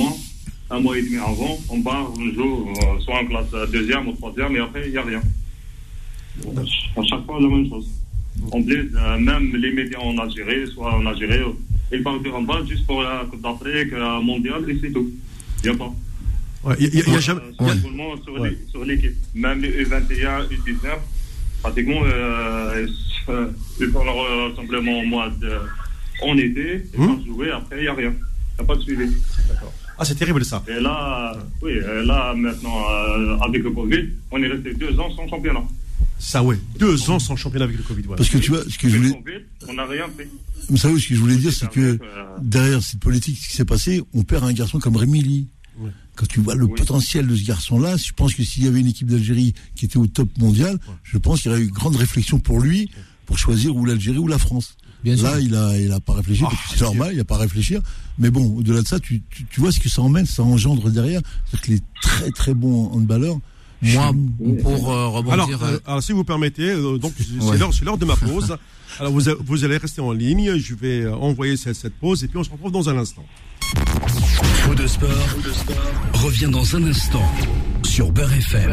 un mois et demi avant. On part, on joue soit en classe deuxième ou troisième, et après, il n'y a rien. À chaque fois, la même chose. En plus, même les médias en Algérie, ils parlent de handball juste pour la Coupe d'Afrique, mondiale, et c'est tout. Il n'y a pas. Ouais, il y a jamais. Sur l'équipe. Même les U21, U19, pratiquement, ils font leur rassemblement en été, ils vont jouer, après, il n'y a rien. Il n'y a pas de suivi. D'accord. Ah, c'est terrible ça. Et là, maintenant, avec le Covid, on est resté 2 ans sans championnat. Ça, ouais. 2 ans sans championnat avec le Covid. Ouais. Parce que tu vois, ce que je voulais. On n'a rien fait. Mais ça, ce que je voulais dire, c'est que derrière cette politique, ce qui s'est passé, on perd un garçon comme Rémi Lee. Ouais. Quand tu vois le potentiel de ce garçon-là, je pense que s'il y avait une équipe d'Algérie qui était au top mondial, je pense qu'il y aurait eu une grande réflexion pour lui, pour choisir ou l'Algérie ou la France. Bien là, il a pas réfléchi, parce que c'est normal, il a pas à réfléchir. Mais bon, au-delà de ça, tu vois ce que ça emmène, ça engendre derrière. C'est-à-dire que les très très bons handballeurs. Moi, pour rebondir. Alors, si vous permettez, donc c'est l'heure de ma pause. Alors, vous allez rester en ligne. Je vais envoyer cette pause et puis on se retrouve dans un instant. Fou de sport revient dans un instant sur Beurre FM.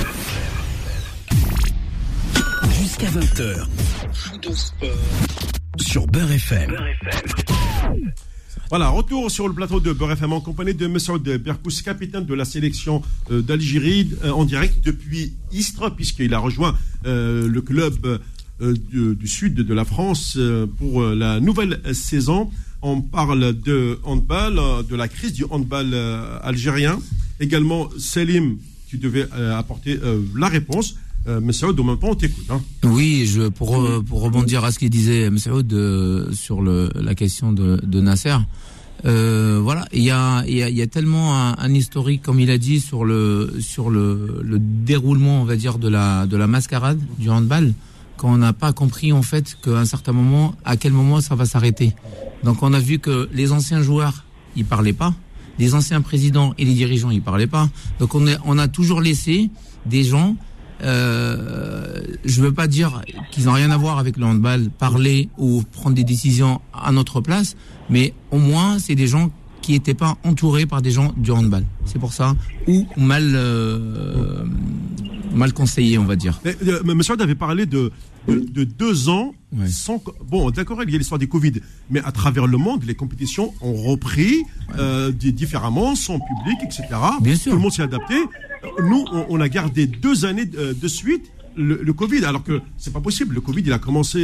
Jusqu'à 20h. Fou de sport sur Beurre FM. Voilà, retour sur le plateau de Beurre FM en compagnie de Messoud Berkous, capitaine de la sélection d'Algérie, en direct depuis Istres, puisqu'il a rejoint le club du sud de la France pour la nouvelle saison. On parle de handball, de la crise du handball algérien. Également, Selim, tu devais apporter la réponse. Messoud, en même temps, on t'écoute. Hein. Oui, pour rebondir à ce qu'il disait Messoud sur la question de Nasser. Voilà, il y a tellement un historique, comme il a dit, sur le déroulement, on va dire, de la mascarade du handball, qu'on n'a pas compris en fait à quel moment ça va s'arrêter. Donc on a vu que les anciens joueurs, ils parlaient pas, les anciens présidents et les dirigeants, ils parlaient pas. Donc on a toujours laissé des gens. Je veux pas dire qu'ils n'ont rien à voir avec le handball, parler ou prendre des décisions à notre place, mais au moins c'est des gens qui n'étaient pas entourés par des gens du handball. C'est pour ça, ou mal conseillés, on va dire. Monsieur avait parlé de 2 ans sans. Bon, d'accord, il y a l'histoire des Covid, mais à travers le monde, les compétitions ont repris différemment, sans public, etc. Bien sûr. Tout le monde s'est adapté. Nous, on a gardé 2 années de suite le Covid, alors que c'est pas possible. Le Covid, il a commencé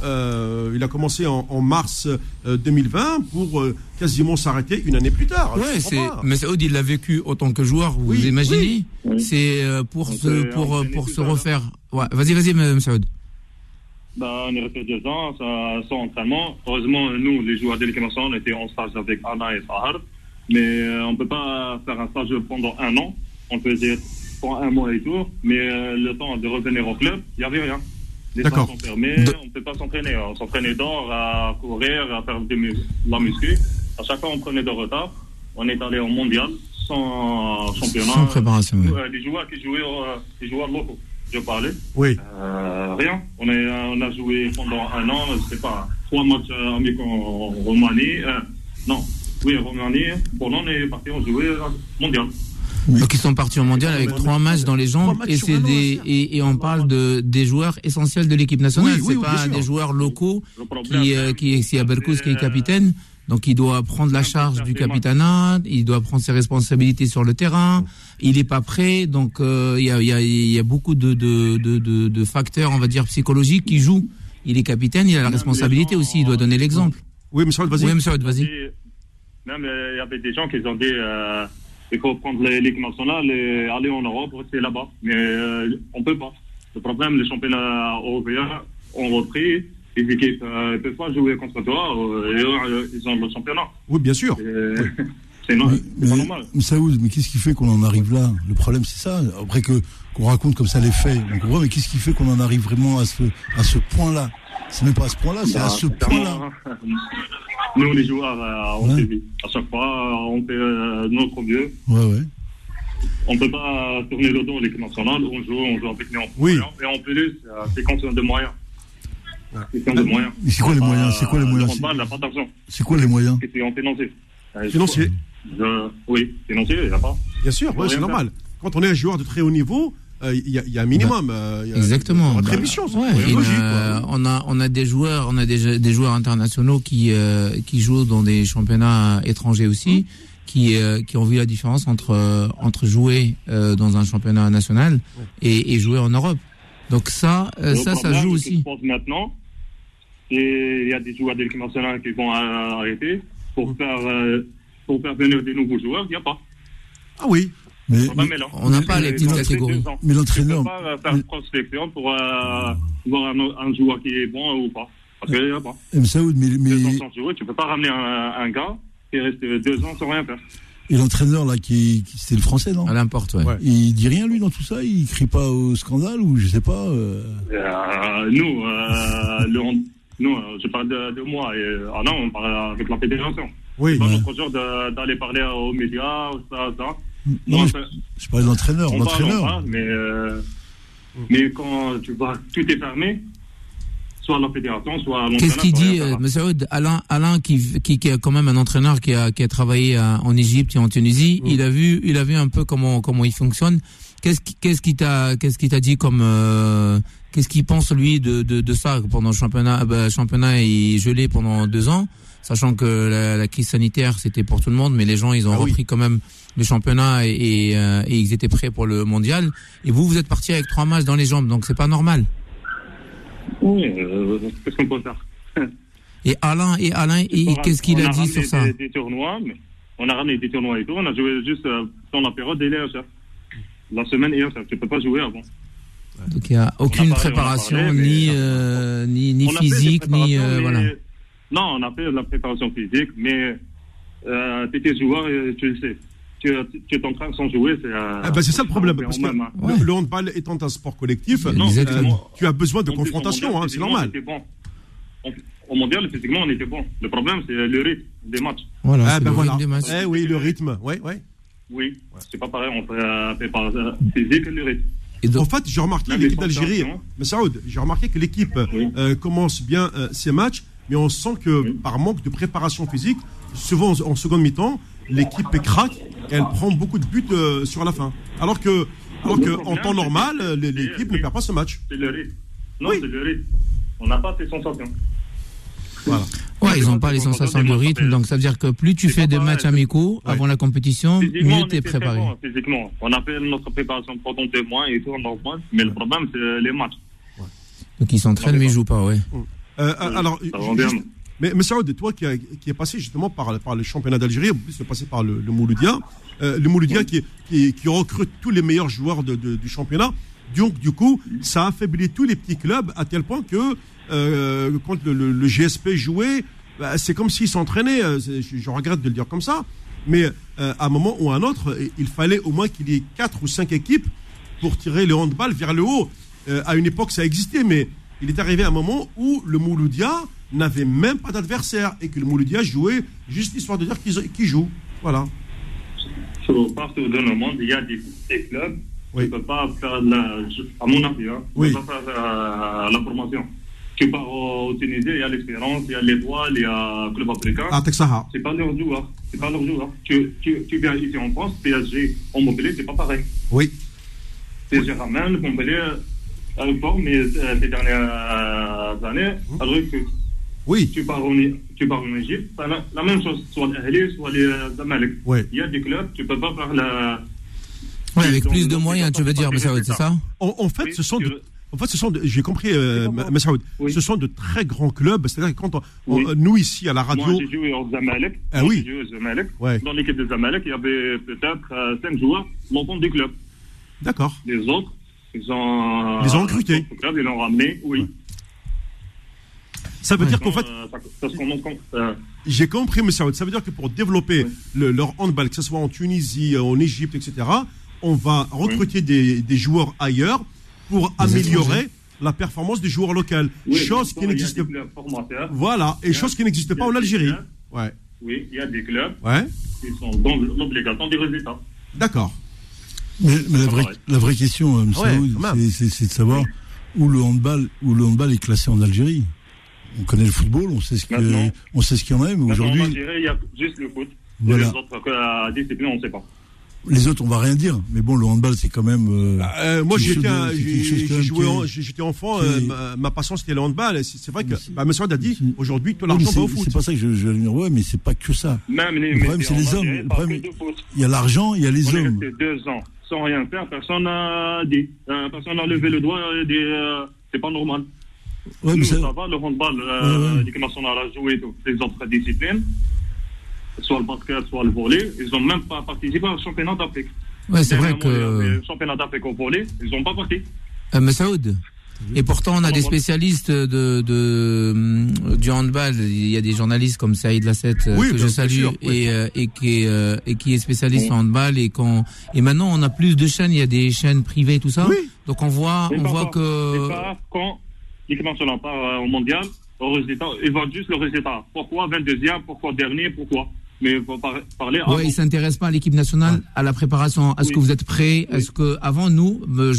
en mars 2020 pour quasiment s'arrêter une année plus tard. Ouais, mais Saoud, il l'a vécu en tant que joueur. Vous imaginez? Oui. C'est pour se refaire. Ouais, vas-y, Saoud. On est resté 2 ans sans entraînement. Heureusement, nous, les joueurs de l'équipe nationale, on était en stage avec Anna et Sahar. Mais on ne peut pas faire un stage pendant 1 an. On faisait pour 1 mois et tout. Mais le temps de revenir au club, il n'y avait rien. Les stages sont fermés, on ne peut pas s'entraîner. On s'entraînait dehors, à courir, à faire de la muscu. À chaque fois, on prenait de retard. On est allé au mondial sans championnat. Sans préparation. Les joueurs qui jouaient, les joueurs locaux. Je parlais. Oui. Rien. On a joué pendant 1 an, je sais pas, 3 matchs amicaux en Roumanie. En Roumanie. Pour nous, on est parti, on jouait mondial. Donc ils sont partis au mondial avec 3 matchs dans les jambes et on parle des joueurs essentiels de l'équipe nationale. C'est pas des joueurs locaux qui c'est Berkous qui est capitaine. Donc il doit prendre la charge du capitanat, il doit prendre ses responsabilités sur le terrain. Il est pas prêt, donc il y a beaucoup de facteurs, on va dire psychologiques qui jouent. Il est capitaine, il a la responsabilité aussi, il doit donner l'exemple. Oui, monsieur, vas-y. Oui, monsieur, vas-y. Même il y avait des gens qui ont dit il faut prendre l'équipe nationale et aller en Europe, rester là-bas. Mais on peut pas. Le problème, les championnats européens ont repris. Les équipes ne peuvent pas jouer contre toi, ils ont le championnat. Oui, bien sûr. C'est pas normal. Mais Saoud, mais qu'est-ce qui fait qu'on en arrive là? Le problème, c'est ça. Après qu'on raconte comme ça les faits, on comprend, mais qu'est-ce qui fait qu'on en arrive vraiment à ce point-là? C'est même pas à ce point-là, c'est à ce point-là. Nous, les joueurs, on sévit. À chaque fois, on fait notre mieux. Ouais. On ne peut pas tourner le dos à l'équipe nationale. On joue avec les enfants. Oui. Et en plus, c'est question de moyens. Mais c'est quoi les moyens? C'est quoi les moyens? C'est quoi les moyens? C'est en financier. Financier? Oui, financier, il n'y a pas. Bien sûr, c'est normal. Quand on est un joueur de très haut niveau, il y a un minimum. Exactement. Une rétribution. On a des joueurs, des joueurs internationaux qui jouent dans des championnats étrangers aussi, qui ont vu la différence entre jouer dans un championnat national et jouer en Europe. Donc ça joue aussi. Je pense maintenant, il y a des joueurs de l'équipe nationale qui vont arrêter pour faire venir des nouveaux joueurs. Il n'y a pas. Ah oui. Mais on n'a pas les petites catégories. Mais l'entraîneur. On ne peut pas faire prospection pour voir un joueur qui est bon ou pas. Parce qu'il n'y a pas. Saoud, mais... 2 ans sans jouer, tu ne peux pas ramener un gars qui reste 2 ans sans rien faire. Et l'entraîneur, là, c'était le français, non? À l'importe, ouais. Il dit rien, lui, dans tout ça? Il crie pas au scandale ou je sais pas? Nous, je parle de moi. Non, on parle avec la fédération. Oui. C'est pas notre genre d'aller parler aux médias, ça. Non, je parlais de l'entraîneur. On parle, mais quand tu vois, tout est fermé, soit à la fédération, soit à l'entraîneur. Qu'est-ce qu'il dit, M. Saoud, Alain qui est quand même un entraîneur qui a travaillé en Égypte et en Tunisie, il a vu un peu comment il fonctionne. Qu'est-ce qu'il t'a dit comme qu'est-ce qu'il pense lui de ça pendant le championnat est gelé pendant 2 ans, sachant que la crise sanitaire c'était pour tout le monde, mais les gens ils ont repris quand même le championnat et ils étaient prêts pour le mondial. Et vous êtes parti avec 3 matchs dans les jambes, donc c'est pas normal. Oui, qu'est-ce qu'on peut faire? Et Alain, qu'est-ce qu'il a dit sur ça? Des tournois, mais on a ramené des tournois et tout. On a joué juste dans la période des LHF. La semaine et tu peux pas jouer avant. Donc il n'y a aucune préparation, ni physique, ni voilà. Non, on a fait de la préparation physique, mais tu étais joueur et tu le sais. Tu es en train sans jouer, c'est ça le problème. Parce que le handball étant un sport collectif, tu as besoin de confrontation, c'est normal. Au mondial, physiquement, on était bon. Le problème, c'est le rythme des matchs. Voilà, le rythme des matchs. Oui, le rythme, Oui, c'est pas pareil entre préparation physique et le rythme. En fait, j'ai remarqué l'équipe d'Algérie, mais Saoud, j'ai remarqué que l'équipe commence bien ses matchs, mais on sent que par manque de préparation physique, souvent en seconde mi-temps, l'équipe craque et elle prend beaucoup de buts sur la fin. Alors que en temps normal, l'équipe ne perd pas ce match. C'est le rythme. Non, c'est le rythme. On n'a pas ces sensations. Voilà. Ouais, ils n'ont pas les sensations de rythme, donc ça veut dire que plus tu fais des matchs amicaux avant la compétition, mieux tu es préparé. Physiquement, on a fait notre préparation pendant 2 mois et tout, mais le problème, c'est les matchs. Donc ils s'entraînent, mais ils ne jouent pas, alors, mais Saoud, toi qui est passé justement par le championnat d'Algérie, en plus c'est passé par le Mouloudia, qui recrute tous les meilleurs joueurs du championnat. Donc, du coup, ça a affaibli tous les petits clubs à tel point que quand le GSP jouait, c'est comme s'il s'entraînait. Je regrette de le dire comme ça, mais à un moment ou à un autre, il fallait au moins qu'il y ait 4 ou 5 équipes pour tirer le handball vers le haut. À une époque, ça existait, mais il est arrivé un moment où le Mouloudia n'avait même pas d'adversaire et que le Mouloudia jouait juste histoire de dire qu'il joue. Voilà. Partout dans le monde, il y a des clubs. Tu ne peux pas faire, à mon avis, tu ne peux pas faire la promotion. Tu pars au Tunisie, il y a l'Espérance, il y a l'Étoile, il y a Club Africain. Texaha. C'est pas leur joueur. Tu viens ici en France, PSG, en Montpellier, c'est pas pareil. Oui. PSG ramène, Montpellier, fort, mais ces dernières années, alors que tu pars en Égypte, c'est la même chose, soit l'Ahli, soit les Zamalek. Il y a des clubs, tu ne peux pas faire la. Oui, avec plus de moyens, tu veux dire, Messaoud, c'est ça? En fait, ce sont j'ai compris, Messaoud, ce sont de très grands clubs. C'est-à-dire que quand nous, ici, à la radio. Moi, j'ai joué au Zamalek. J'ai joué au Zamalek. Dans l'équipe de Zamalek, il y avait peut-être 5 joueurs, l'ensemble du club. D'accord. Les autres, ils ont recrutés. Ils l'ont ramené, oui. Ça veut dire qu'en fait. J'ai compris, Messaoud. Ça veut dire que pour développer leur handball, que ce soit en Tunisie, en Égypte, etc., on va recruter des joueurs ailleurs pour améliorer la performance des joueurs locaux. Chose qui n'existe pas. Voilà, et chose qui n'existe pas en Algérie. Oui, il y a des clubs qui sont dans l'obligation des résultats. D'accord. Mais la vraie question, Saoud, c'est de savoir où le handball est classé en Algérie. On connaît le football, on sait ce qu'il y en a, mais aujourd'hui. En Algérie, il y a juste le foot. Voilà. Les autres disciplines, on ne sait pas. Les autres, on va rien dire. Mais bon, le handball, c'est quand même. Moi, j'étais enfant. Ma passion, c'était le handball. C'est vrai que ma soeur a dit aujourd'hui, tout l'argent va au foot. C'est pas ça que je veux dire. Ouais, mais c'est pas que ça. Le problème, c'est les hommes. Le problème, il y a l'argent, il y a les hommes. On est resté 2 ans sans rien faire. Personne n'a dit. Personne n'a levé le doigt et dit c'est pas normal. Ouais, nous, ça va, le handball, l'équipe nationale a joué toutes les autres disciplines, soit le basket, soit le volley. Ils n'ont même pas participé au championnat d'Afrique. Ouais, c'est vrai que. Le championnat d'Afrique au volley, ils n'ont pas parti. Saoud. Et pourtant, on a des spécialistes du handball. Il y a des journalistes comme Saïd Lasset, que je salue, et qui est spécialiste en handball. Et maintenant, on a plus de chaînes. Il y a des chaînes privées, tout ça. Oui. Donc, on voit que. C'est pas quand l'équipe nationale part au mondial, au résultat, ils voient juste le résultat. Pourquoi 22e, pourquoi dernier, pourquoi? Mais il faut parler avant. Ouais, ils s'intéressent pas à l'équipe nationale, à la préparation. Est-ce que vous êtes prêts? Est-ce que, avant nous,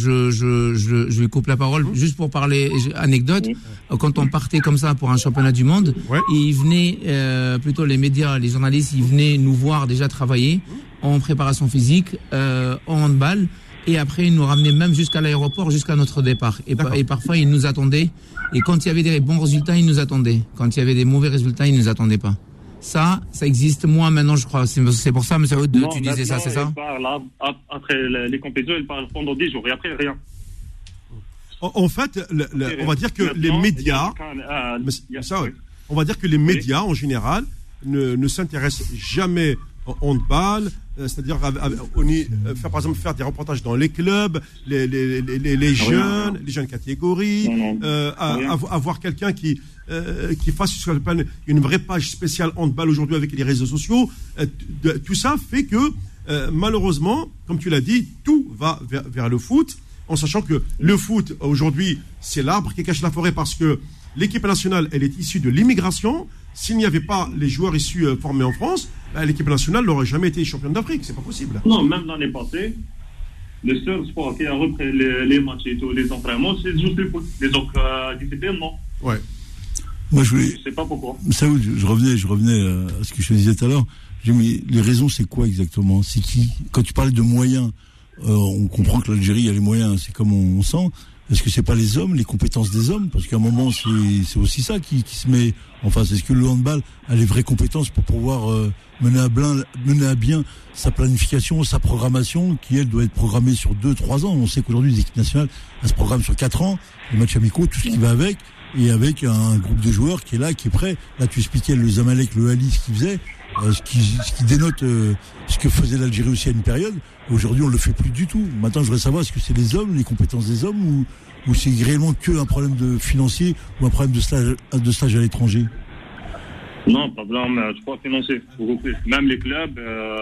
je lui coupe la parole, juste pour parler, anecdote. Quand on partait comme ça pour un championnat du monde, ils venaient, plutôt les médias, les journalistes, ils venaient nous voir déjà travailler en préparation physique, en handball. Et après, ils nous ramenaient même jusqu'à l'aéroport, jusqu'à notre départ. Et parfois, ils nous attendaient. Et quand il y avait des bons résultats, ils nous attendaient. Quand il y avait des mauvais résultats, ils nous attendaient pas. Ça existe moins maintenant, je crois. C'est pour ça, M. Saoud, tu disais ça, c'est ça? Après les compétitions, ils parlent pendant 10 jours et après, rien. En fait, on va dire que les médias, on va dire que les médias, en général, ne s'intéressent jamais au handball, c'est-à-dire faire des reportages dans les clubs, les jeunes catégories, avoir quelqu'un qui fasse ce qu'on appelle une vraie page spéciale handball aujourd'hui avec les réseaux sociaux. Tout ça fait que malheureusement, comme tu l'as dit, tout va vers le foot, en sachant que le foot aujourd'hui c'est l'arbre qui cache la forêt, parce que l'équipe nationale, elle est issue de l'immigration. S'il n'y avait pas les joueurs issus formés en France, l'équipe nationale n'aurait jamais été championne d'Afrique. C'est pas possible. Non, même l'année passée, le seul sport qui a repris les matchs et tous les entraînements, c'est juste le foot. Les autres disciplines, non. Ouais. Moi, je sais pas pourquoi. Ça, je revenais à ce que je te disais tout à l'heure. Mais les raisons, c'est quoi exactement? C'est qui? Quand tu parlais de moyens, on comprend que l'Algérie a les moyens, c'est comme on sent. Est-ce que c'est pas les hommes, les compétences des hommes? Parce qu'à un moment, c'est aussi ça qui se met en face. Est-ce que le handball a les vraies compétences pour pouvoir mener à bien sa planification, sa programmation, qui elle doit être programmée sur 2-3 ans? On sait qu'aujourd'hui, les équipes nationales, elles se programment sur 4 ans, les matchs amicaux, tout ce qui va avec, et avec un groupe de joueurs qui est là, qui est prêt. Là, tu expliquais le Zamalek, le Ali, ce qu'ils faisaient, ce qui dénote ce que faisait l'Algérie aussi à une période. Aujourd'hui, on le fait plus du tout. Maintenant, je voudrais savoir, est-ce que c'est les hommes, les compétences des hommes, ou c'est réellement que un problème de financier ou un problème de stage à l'étranger? Non, problème, je crois, financier, beaucoup plus. Même les clubs,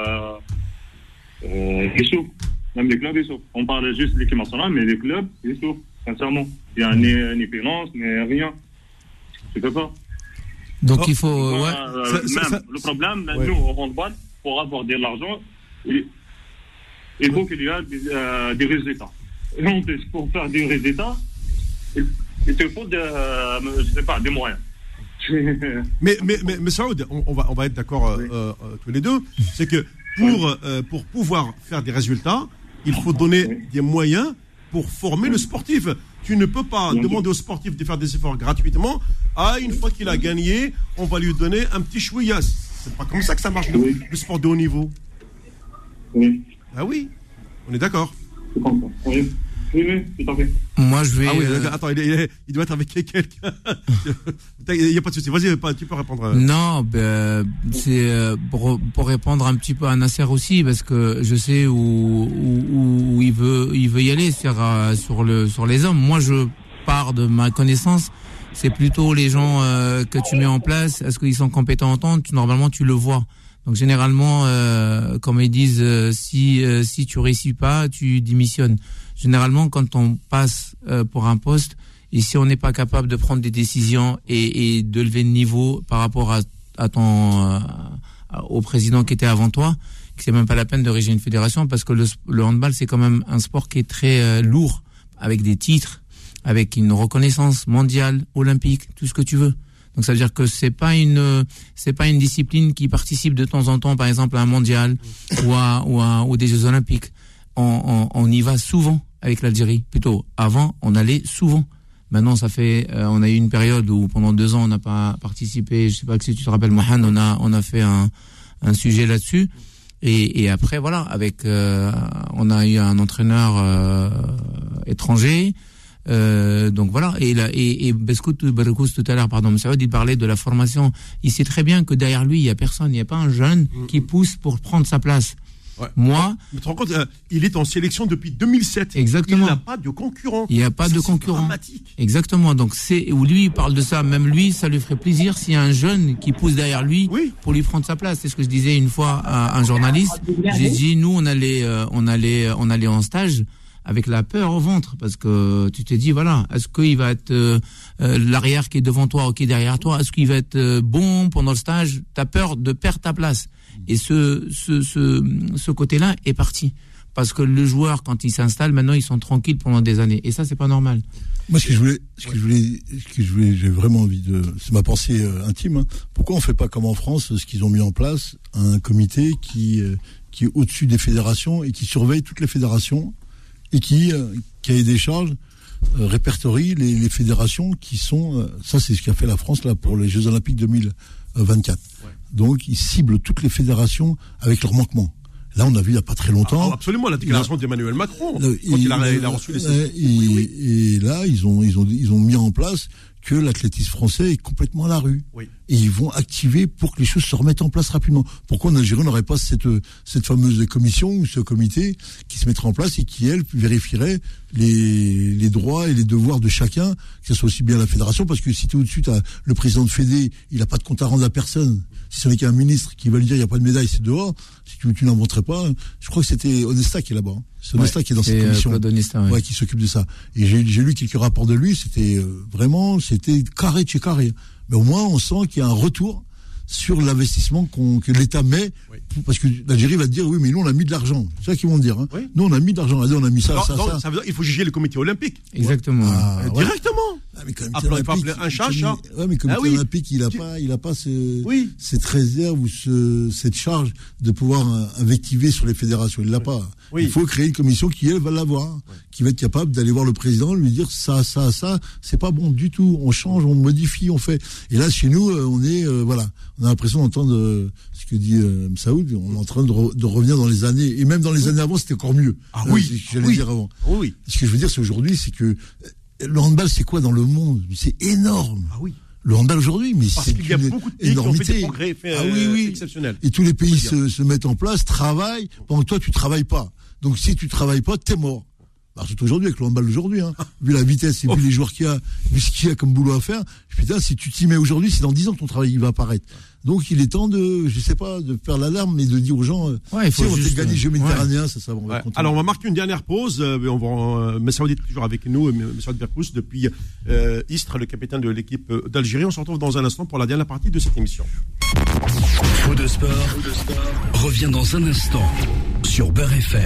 ils souffrent. Même les clubs, ils souffrent. On parle juste de l'équipe nationale, mais les clubs, ils souffrent, sincèrement. Il n'y a ni finance, ni rien. Tu peux pas. Donc il faut... le problème, nous, au handball, pour avoir de l'argent, il faut qu'il y ait des résultats. Et en plus, pour faire des résultats, il te faut des moyens. mais Saoud, on va être d'accord tous les deux, c'est que pour pouvoir faire des résultats, il faut donner des moyens pour former le sportif. Tu ne peux pas demander au sportif de faire des efforts gratuitement. Une fois qu'il a gagné, on va lui donner un petit chouïa. C'est pas comme ça que ça marche, le sport de haut niveau. Oui. Ah oui, on est d'accord. C'est comme ça. Oui, tout à fait. Moi, je vais... Attends, il doit être avec quelqu'un. Il n'y a pas de souci. Vas-y, tu peux répondre. Non, c'est pour répondre un petit peu à Nasser aussi, parce que je sais où il veut y aller sur les hommes. Moi, je pars de ma connaissance. C'est plutôt les gens que tu mets en place. Est-ce qu'ils sont compétents en temps? Normalement, tu le vois. Donc généralement, comme ils disent, si tu réussis pas, tu démissionnes. Généralement, quand on passe pour un poste, et si on n'est pas capable de prendre des décisions et de lever le niveau par rapport au président qui était avant toi, que c'est même pas la peine de régir une fédération, parce que le handball, c'est quand même un sport qui est très lourd, avec des titres, avec une reconnaissance mondiale, olympique, tout ce que tu veux. Donc ça veut dire que c'est pas une discipline qui participe de temps en temps, par exemple à un mondial ou des Jeux Olympiques. On y va souvent avec l'Algérie. Plutôt, avant, on allait souvent. Maintenant, on a eu une période où pendant 2 ans, on n'a pas participé. Je sais pas si tu te rappelles, Mohamed, on a fait un sujet là-dessus. Et après, voilà, on a eu un entraîneur étranger. Donc voilà, et Beskout Barkous tout à l'heure, Saoud, il parlait de la formation. Il sait très bien que derrière lui, il y a personne, il n'y a pas un jeune qui pousse pour prendre sa place. Ouais. Moi, tu te rends compte, il est en sélection depuis 2007. Exactement. Il n'a pas de concurrent. Il n'y a pas de concurrent. Dramatique. Exactement. Donc lui, il parle de ça. Même lui, ça lui ferait plaisir s'il y a un jeune qui pousse derrière lui pour lui prendre sa place. C'est ce que je disais une fois à un journaliste. J'ai dit, nous, on allait en stage avec la peur au ventre, parce que tu te dis, voilà, est-ce qu'il va être l'arrière qui est devant toi ou qui est derrière toi, est-ce qu'il va être bon pendant le stage? T'as peur de perdre ta place. Et ce côté-là est parti, parce que le joueur, quand il s'installe, maintenant ils sont tranquilles pendant des années, et ça c'est pas normal. Moi, ce que je voulais, j'ai vraiment envie de, c'est ma pensée intime, hein. Pourquoi on fait pas comme en France, ce qu'ils ont mis en place, un comité qui est au-dessus des fédérations et qui surveille toutes les fédérations et qui a des charges, répertorie les fédérations qui sont, ça c'est ce qu'a fait la France là pour les Jeux Olympiques 2024. Ouais. Donc ils ciblent toutes les fédérations avec leurs manquements. Là, on a vu il n'y a pas très longtemps. Absolument, la déclaration d'Emmanuel Macron, quand il a reçu les... Et là, ils ont mis en place que l'athlétisme français est complètement à la rue. Oui. Et ils vont activer pour que les choses se remettent en place rapidement. Pourquoi en Algérie, on n'aurait pas cette fameuse commission ou ce comité qui se mettrait en place et qui, elle, vérifierait les droits et les devoirs de chacun, que ce soit aussi bien la fédération, parce que si tu es au-dessus, t'as le président de Fédé, il n'a pas de compte à rendre à personne. Si ce n'est qu'un ministre qui va lui dire il n'y a pas de médaille, c'est dehors. Si tu n'inventerais pas, je crois que c'était Onesta qui est là-bas. Hein. C'est Onesta qui est dans cette commission. Onesta, qui s'occupe de ça. Et j'ai lu quelques rapports de lui, c'était c'était carré de chez carré. Mais au moins, on sent qu'il y a un retour sur l'investissement que l'État met, parce que l'Algérie va te dire, oui, mais nous, on a mis de l'argent. C'est ça qu'ils vont te dire. Hein. Oui. Nous, on a mis de l'argent. On a mis ça, ça. Ça veut dire qu'il faut juger le comité olympique. Exactement. Directement. Ah, mais comme un chat. Ouais, mais le comité olympique, il a pas cette réserve ou cette charge de pouvoir invectiver sur les fédérations. Il l'a pas. Oui. Il faut créer une commission qui, elle, va l'avoir, qui va être capable d'aller voir le président, lui dire ça, c'est pas bon du tout. On change, on modifie, on fait. Et là, chez nous, on est, on a l'impression d'entendre ce que dit Saoud. On est en train de revenir dans les années, et même dans les années avant, c'était encore mieux. Ah oui, j'allais dire avant. Oui. Ce que je veux dire, c'est aujourd'hui, c'est que le handball, c'est quoi dans le monde? C'est énorme. Ah oui. Le handball aujourd'hui, mais parce qu'il y a beaucoup de pays qui ont fait des progrès exceptionnels. Et tous les pays se mettent en place, travaillent, pendant que toi, tu travailles pas. Donc si tu travailles pas, t'es mort. Alors, surtout aujourd'hui, avec le handball d'aujourd'hui, hein. Vu la vitesse et vu les joueurs qu'il y a, vu ce qu'il y a comme boulot à faire, putain, si tu t'y mets aujourd'hui, c'est dans 10 ans que ton travail il va apparaître. Donc il est temps de, je sais pas, de faire l'alarme, mais de dire aux gens, il faut on juste gagner les Jeux méditerranéens, ça va. Alors on va marquer une dernière pause. Messaoud est toujours avec nous, Messaoud Berkous, depuis Istres, le capitaine de l'équipe d'Algérie. On se retrouve dans un instant pour la dernière partie de cette émission. Fou de sport revient dans un instant sur Beurre FM.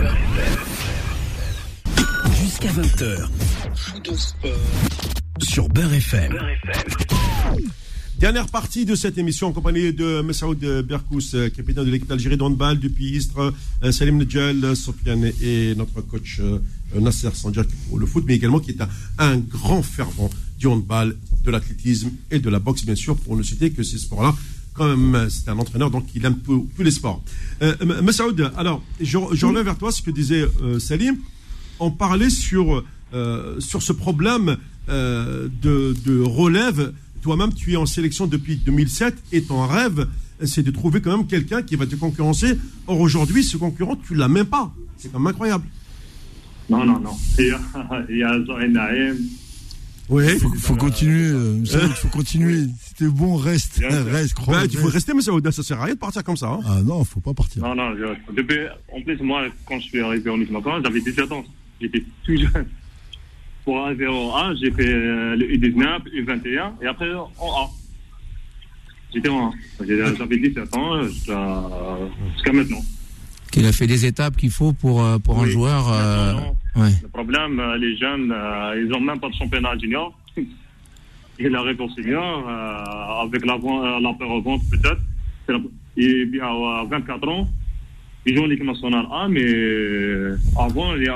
Jusqu'à 20h. Fou de sport sur Beurre FM. Dernière partie de cette émission en compagnie de Messaoud Berkous, capitaine de l'équipe d'Algérie de handball depuis Istres, Salim Nedjel, Sofiane et notre coach Nasser Sanjak pour le foot, mais également qui est un grand fervent du handball, de l'athlétisme et de la boxe, bien sûr, pour ne citer que ces sports-là. Quand même, c'est un entraîneur, donc il aime tous les sports. Messaoud, alors, je reviens vers toi, ce que disait Salim. On parlait sur ce problème de relève. Toi-même, tu es en sélection depuis 2007 et ton rêve, c'est de trouver quand même quelqu'un qui va te concurrencer. Or, aujourd'hui, ce concurrent, tu ne l'as même pas. C'est quand même incroyable. Non. Il y a Zoé Naïm. Oui, faut continuer. Il faut continuer. Si t'es bon, reste. Tu faut rester, mais ça ne sert à rien de partir comme ça. Hein. Ah non, faut pas partir. Non. En plus, moi, quand je suis arrivé en Ismaël, j'avais 17 ans. J'étais tout jeune. Pour arriver en A, j'ai fait le U19, U21, et après en A. J'étais en A. J'avais 17 ans jusqu'à maintenant. Qu'il a fait des étapes qu'il faut pour un joueur. Le problème, les jeunes, ils n'ont même pas de championnat junior. il arrive au senior, avec la peur au ventre peut-être. Et bien à 24 ans, il joue en équipe nationale A, mais avant, il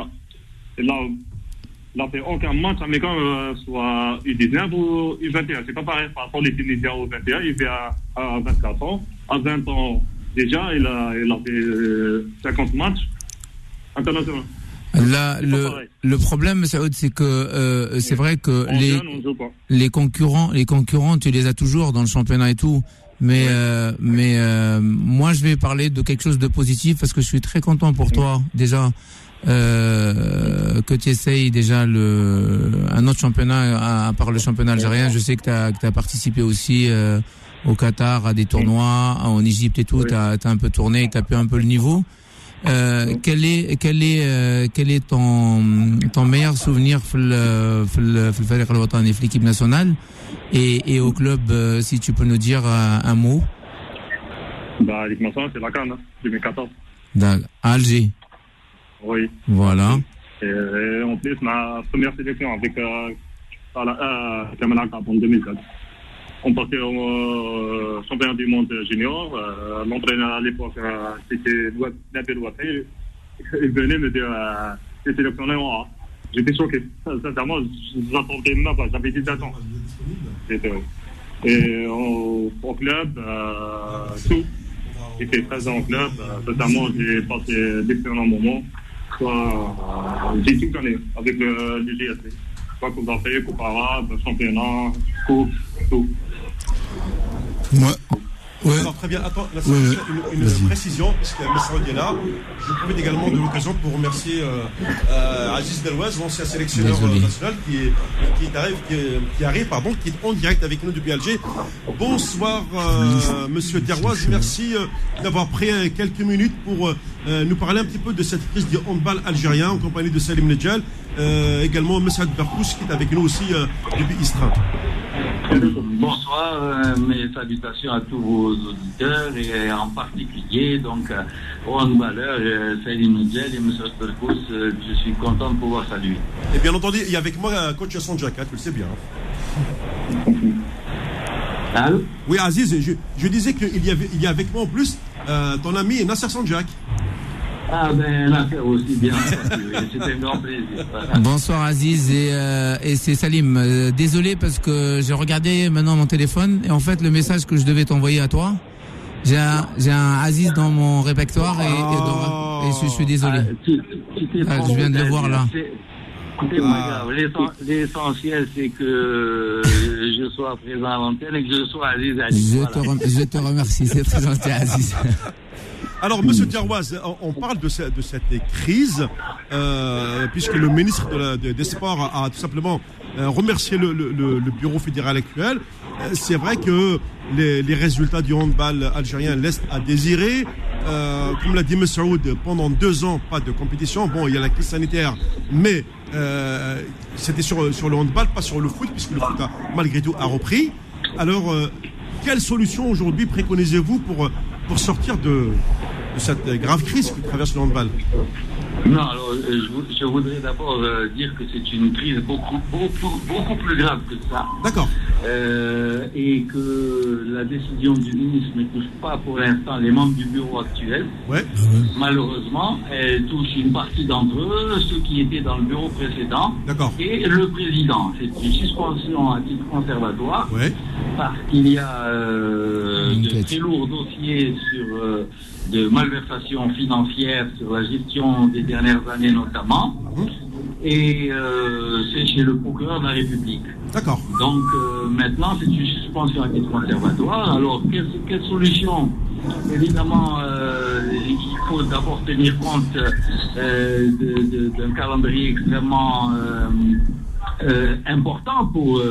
a fait aucun match américain, soit U19 ou U21. C'est pas pareil par rapport aux Tunisiens au 21. Il fait à 24 ans. À 20 ans, déjà, il a fait 50 matchs internationaux. Là, le problème, Saoud, c'est que c'est vrai que les concurrents, tu les as toujours dans le championnat et tout. Mais moi, je vais parler de quelque chose de positif parce que je suis très content pour toi déjà que tu essayes déjà un autre championnat à part le championnat algérien. Je sais que tu as participé aussi au Qatar à des tournois, en Égypte et tout. T'as un peu tourné, t'as pu un peu le niveau. Quel est ton meilleur souvenir في الوطني في l'équipe nationale et au club, si tu peux nous dire un mot? L'équipe nationale, c'est la CAN, 2014. À Alger. Oui. Voilà. Et en plus, ma première sélection avec Kamala Cup en 2004. On partait au championnat du monde junior. L'entraîneur à l'époque, c'était Nabil Ouattari. Il venait me dire c'est sélectionné en A. J'étais choqué. Sincèrement, je n'attendais même pas. J'avais 17 ans. Et au club, tout. J'ai fait 13 ans au club. Sincèrement, j'ai passé d'excellents moments. J'ai tout gagné avec le GSC. Soit Coupe d'Afrique, Coupe arabe, championnat, Coupe, tout. Ouais. Alors très bien, attends, là, une précision, puisque Messaoud est là. Je profite également de l'occasion pour remercier Aziz Derouaz, l'ancien sélectionneur national, qui arrive, qui est en direct avec nous depuis Alger. Bonsoir, monsieur Derouaz, merci d'avoir pris quelques minutes pour nous parler un petit peu de cette crise du handball algérien en compagnie de Salim Nedjal, également Messaoud Berkous qui est avec nous aussi depuis Istra. Bonsoir, mes salutations à tous vos auditeurs et en particulier donc au handballeur Salim Nedjal et M. Berkous, je suis content de pouvoir saluer. Et bien entendu, il y a avec moi coach Hassan Djaka, tu le sais bien. Allô? Oui, Aziz, je disais qu'il y a avec moi en plus ton ami Nasser Sanjak. Ah ben l'affaire aussi bien, c'était un grand plaisir. Voilà. Bonsoir Aziz et c'est Salim. Désolé parce que j'ai regardé maintenant mon téléphone et en fait le message que je devais t'envoyer à toi, j'ai un Aziz dans mon répertoire et je suis désolé. Je viens de le voir là. C'est pas grave. L'essentiel c'est que je sois présent à l'antenne et que je sois Aziz. Je te remercie, c'est très gentil Aziz. Alors, monsieur Derouaz, on parle de cette crise, puisque le ministre des Sports a tout simplement remercié le bureau fédéral actuel. C'est vrai que les résultats du handball algérien laissent à désirer. Comme l'a dit M. Saoud, pendant 2 ans, pas de compétition. Bon, il y a la crise sanitaire, mais c'était sur le handball, pas sur le foot, puisque le foot malgré tout a repris. Alors, quelle solution aujourd'hui préconisez-vous pour sortir de cette grave crise que traverse le handball? Non, alors je voudrais d'abord dire que c'est une crise beaucoup plus grave que ça. D'accord. Et que la décision du ministre ne touche pas pour l'instant les membres du bureau actuel. Ouais. Malheureusement, elle touche une partie d'entre eux, ceux qui étaient dans le bureau précédent. D'accord. Et le président. C'est une suspension à titre conservatoire. Ouais. Parce qu'il y a de très lourds dossiers de malversation financière sur la gestion des dernières années notamment, et c'est chez le procureur de la République. D'accord. Donc maintenant c'est une suspension à titre conservatoire. Alors quelle solution? Évidemment, il faut d'abord tenir compte d'un calendrier extrêmement important pour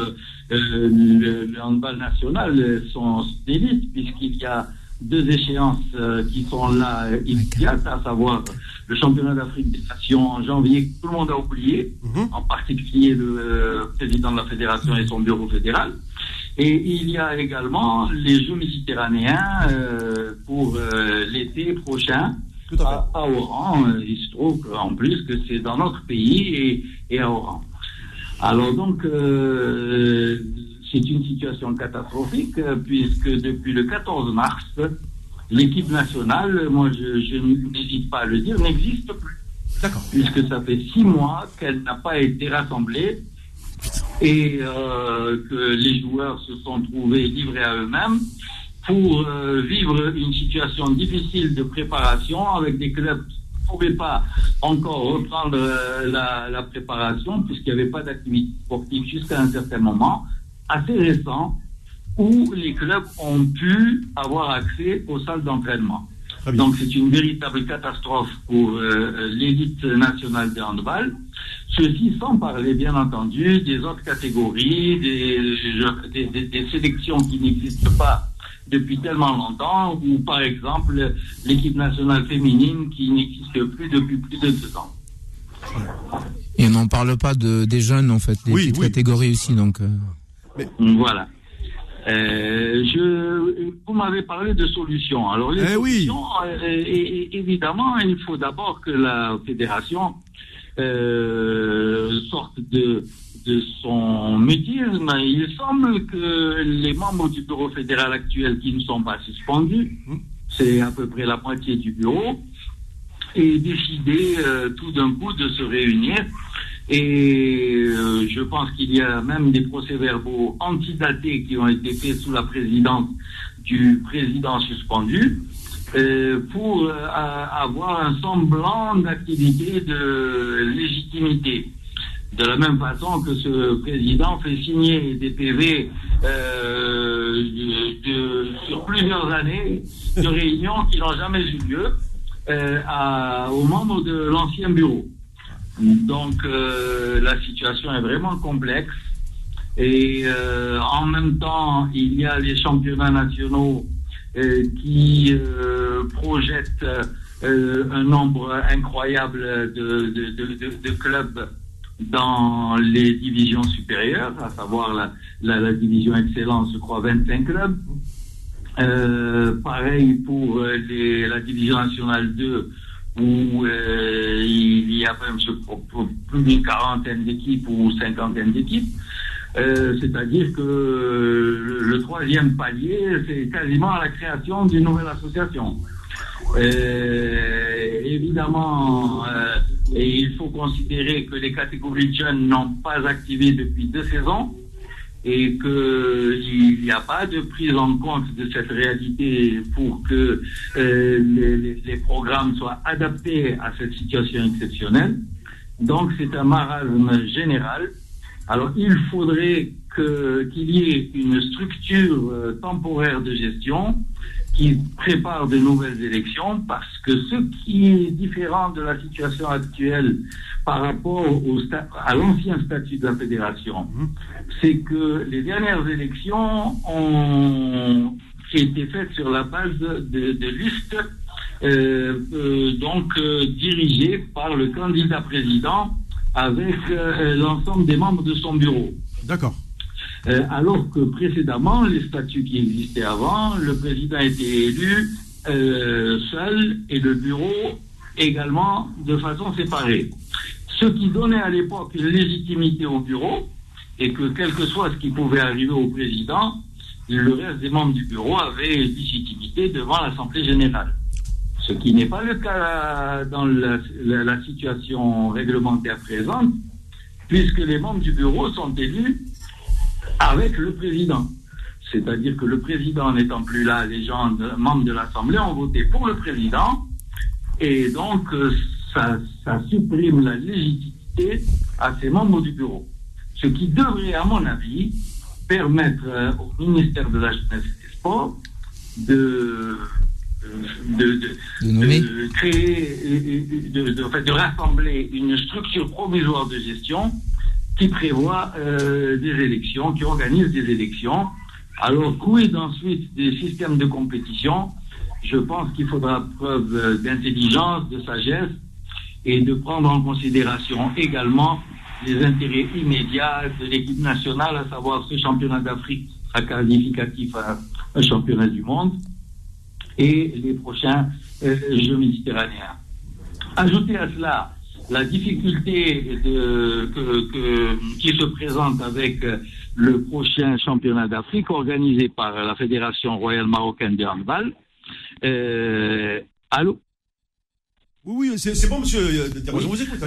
le handball national, son élite, puisqu'il y a 2 échéances qui sont là immédiates, à savoir le championnat d'Afrique des Nations en janvier, que tout le monde a oublié, en particulier le président de la fédération et son bureau fédéral. Et il y a également les Jeux méditerranéens pour l'été prochain à Oran. Il se trouve en plus que c'est dans notre pays et à Oran. Alors donc, c'est une situation catastrophique, puisque depuis le 14 mars, l'équipe nationale, moi je n'hésite pas à le dire, n'existe plus. D'accord. Puisque ça fait 6 mois qu'elle n'a pas été rassemblée et que les joueurs se sont trouvés livrés à eux-mêmes pour vivre une situation difficile de préparation avec des clubs qui ne pouvaient pas encore reprendre la préparation puisqu'il n'y avait pas d'activité sportive jusqu'à un certain moment, assez récent, où les clubs ont pu avoir accès aux salles d'entraînement. Donc c'est une véritable catastrophe pour l'élite nationale de handball. Ceci sans parler bien entendu des autres catégories, des sélections qui n'existent pas depuis tellement longtemps, ou par exemple l'équipe nationale féminine qui n'existe plus depuis plus de 2 ans. Et on n'en parle pas des jeunes en fait, les petites catégories aussi donc. Voilà. Vous m'avez parlé de solutions. Alors les solutions, évidemment, il faut d'abord que la fédération sorte de son mutisme. Il semble que les membres du bureau fédéral actuel qui ne sont pas suspendus, c'est à peu près la moitié du bureau, aient décidé tout d'un coup de se réunir. Et je pense qu'il y a même des procès-verbaux antidatés qui ont été faits sous la présidence du président suspendu pour avoir un semblant d'activité de légitimité. De la même façon que ce président fait signer des PV sur plusieurs années de réunions qui n'ont jamais eu lieu aux membres de l'ancien bureau. Donc la situation est vraiment complexe et en même temps il y a les championnats nationaux qui projettent un nombre incroyable de clubs dans les divisions supérieures, à savoir la division excellence, je crois 25 clubs. Pareil pour la division nationale 2 où il y a même plus d'une 40aine d'équipes ou 50aine d'équipes. C'est-à-dire que le 3e palier, c'est quasiment la création d'une nouvelle association. Évidemment, et il faut considérer que les catégories de jeunes n'ont pas activé depuis 2 saisons et qu'il n'y a pas de prise en compte de cette réalité pour que les programmes soient adaptés à cette situation exceptionnelle. Donc c'est un marasme général. Alors il faudrait qu'il y ait une structure temporaire de gestion qui prépare de nouvelles élections, parce que ce qui est différent de la situation actuelle par rapport à l'ancien statut de la fédération, c'est que les dernières élections ont été faites sur la base de listes dirigées par le candidat président avec l'ensemble des membres de son bureau. D'accord. Alors que précédemment, les statuts qui existaient avant, le président était élu seul et le bureau également de façon séparée. Ce qui donnait à l'époque une légitimité au bureau et que quel que soit ce qui pouvait arriver au président, le reste des membres du bureau avaient légitimité devant l'Assemblée générale. Ce qui n'est pas le cas dans la situation réglementaire présente, puisque les membres du bureau sont élus avec le président. C'est-à-dire que le président n'étant plus là, les gens, membres de l'Assemblée, ont voté pour le président, et donc ça supprime la légitimité à ces membres du bureau. Ce qui devrait, à mon avis, permettre au ministère de la Jeunesse et des Sports de rassembler une structure provisoire de gestion qui prévoit des élections, qui organise des élections. Alors, quid ensuite des systèmes de compétition? Je pense qu'il faudra preuve d'intelligence, de sagesse, et de prendre en considération également les intérêts immédiats de l'équipe nationale, à savoir ce championnat d'Afrique sera qualificatif à un championnat du monde, et les prochains Jeux méditerranéens. Ajoutez à cela la difficulté qui se présente avec le prochain championnat d'Afrique organisé par la Fédération royale marocaine de handball. Allô? Oui, c'est bon, monsieur. Je vous écoute.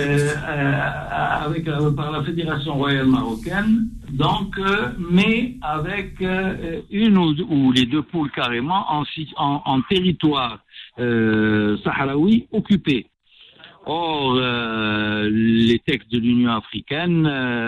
Par la Fédération royale marocaine, donc, mais avec une ou les deux poules carrément en territoire sahraoui occupé. Or, les textes de l'Union africaine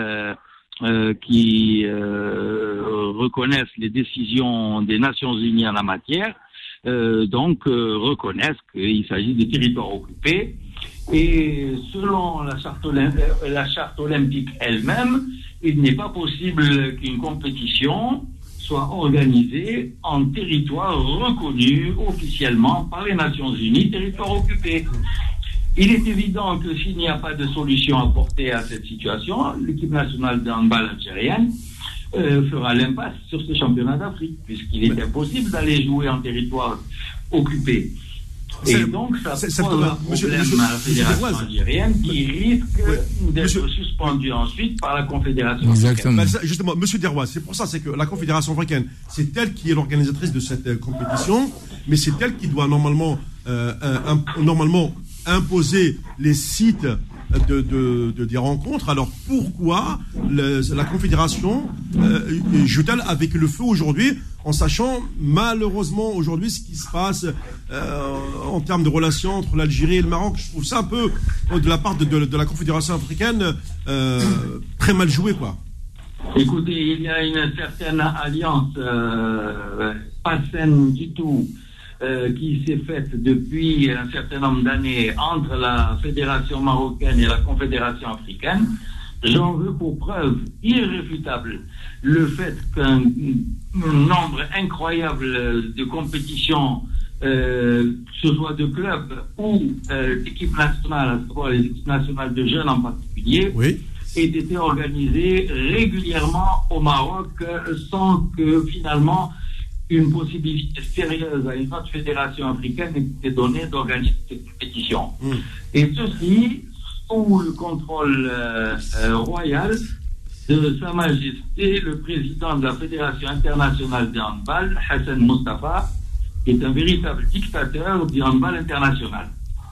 qui reconnaissent les décisions des Nations Unies en la matière, reconnaissent qu'il s'agit de territoires occupés. Et selon la charte olympique elle-même, il n'est pas possible qu'une compétition soit organisée en territoire reconnu officiellement par les Nations Unies, territoire occupé. Il est évident que s'il n'y a pas de solution apportée à cette situation, l'équipe nationale de handball algérienne fera l'impasse sur ce championnat d'Afrique, puisqu'il est impossible d'aller jouer en territoire occupé. Et donc, ça pose un problème à la fédération algérienne qui risque d'être suspendue ensuite par la Confédération africaine. Justement, monsieur Derouaz, c'est pour ça, c'est que la Confédération africaine, c'est elle qui est l'organisatrice de cette compétition, mais c'est elle qui doit normalement imposer les sites des rencontres. Alors pourquoi la Confédération joue-t-elle avec le feu aujourd'hui, en sachant malheureusement aujourd'hui ce qui se passe en termes de relations entre l'Algérie et le Maroc? Je trouve ça un peu de la part de la Confédération africaine très mal joué, quoi. Écoutez, il y a une certaine alliance pas saine du tout qui s'est faite depuis un certain nombre d'années entre la Fédération marocaine et la Confédération africaine. J'en veux pour preuve irréfutable le fait qu'un nombre incroyable de compétitions, que ce soit de clubs ou d'équipes nationales, à savoir les équipes nationales de jeunes en particulier, aient été organisées régulièrement au Maroc sans que finalement une possibilité sérieuse à une autre fédération africaine était donnée d'organiser cette compétition. Et ceci sous le contrôle royal de Sa Majesté le président de la Fédération internationale de handball, Hassan Mostafa, qui est un véritable dictateur du handball international.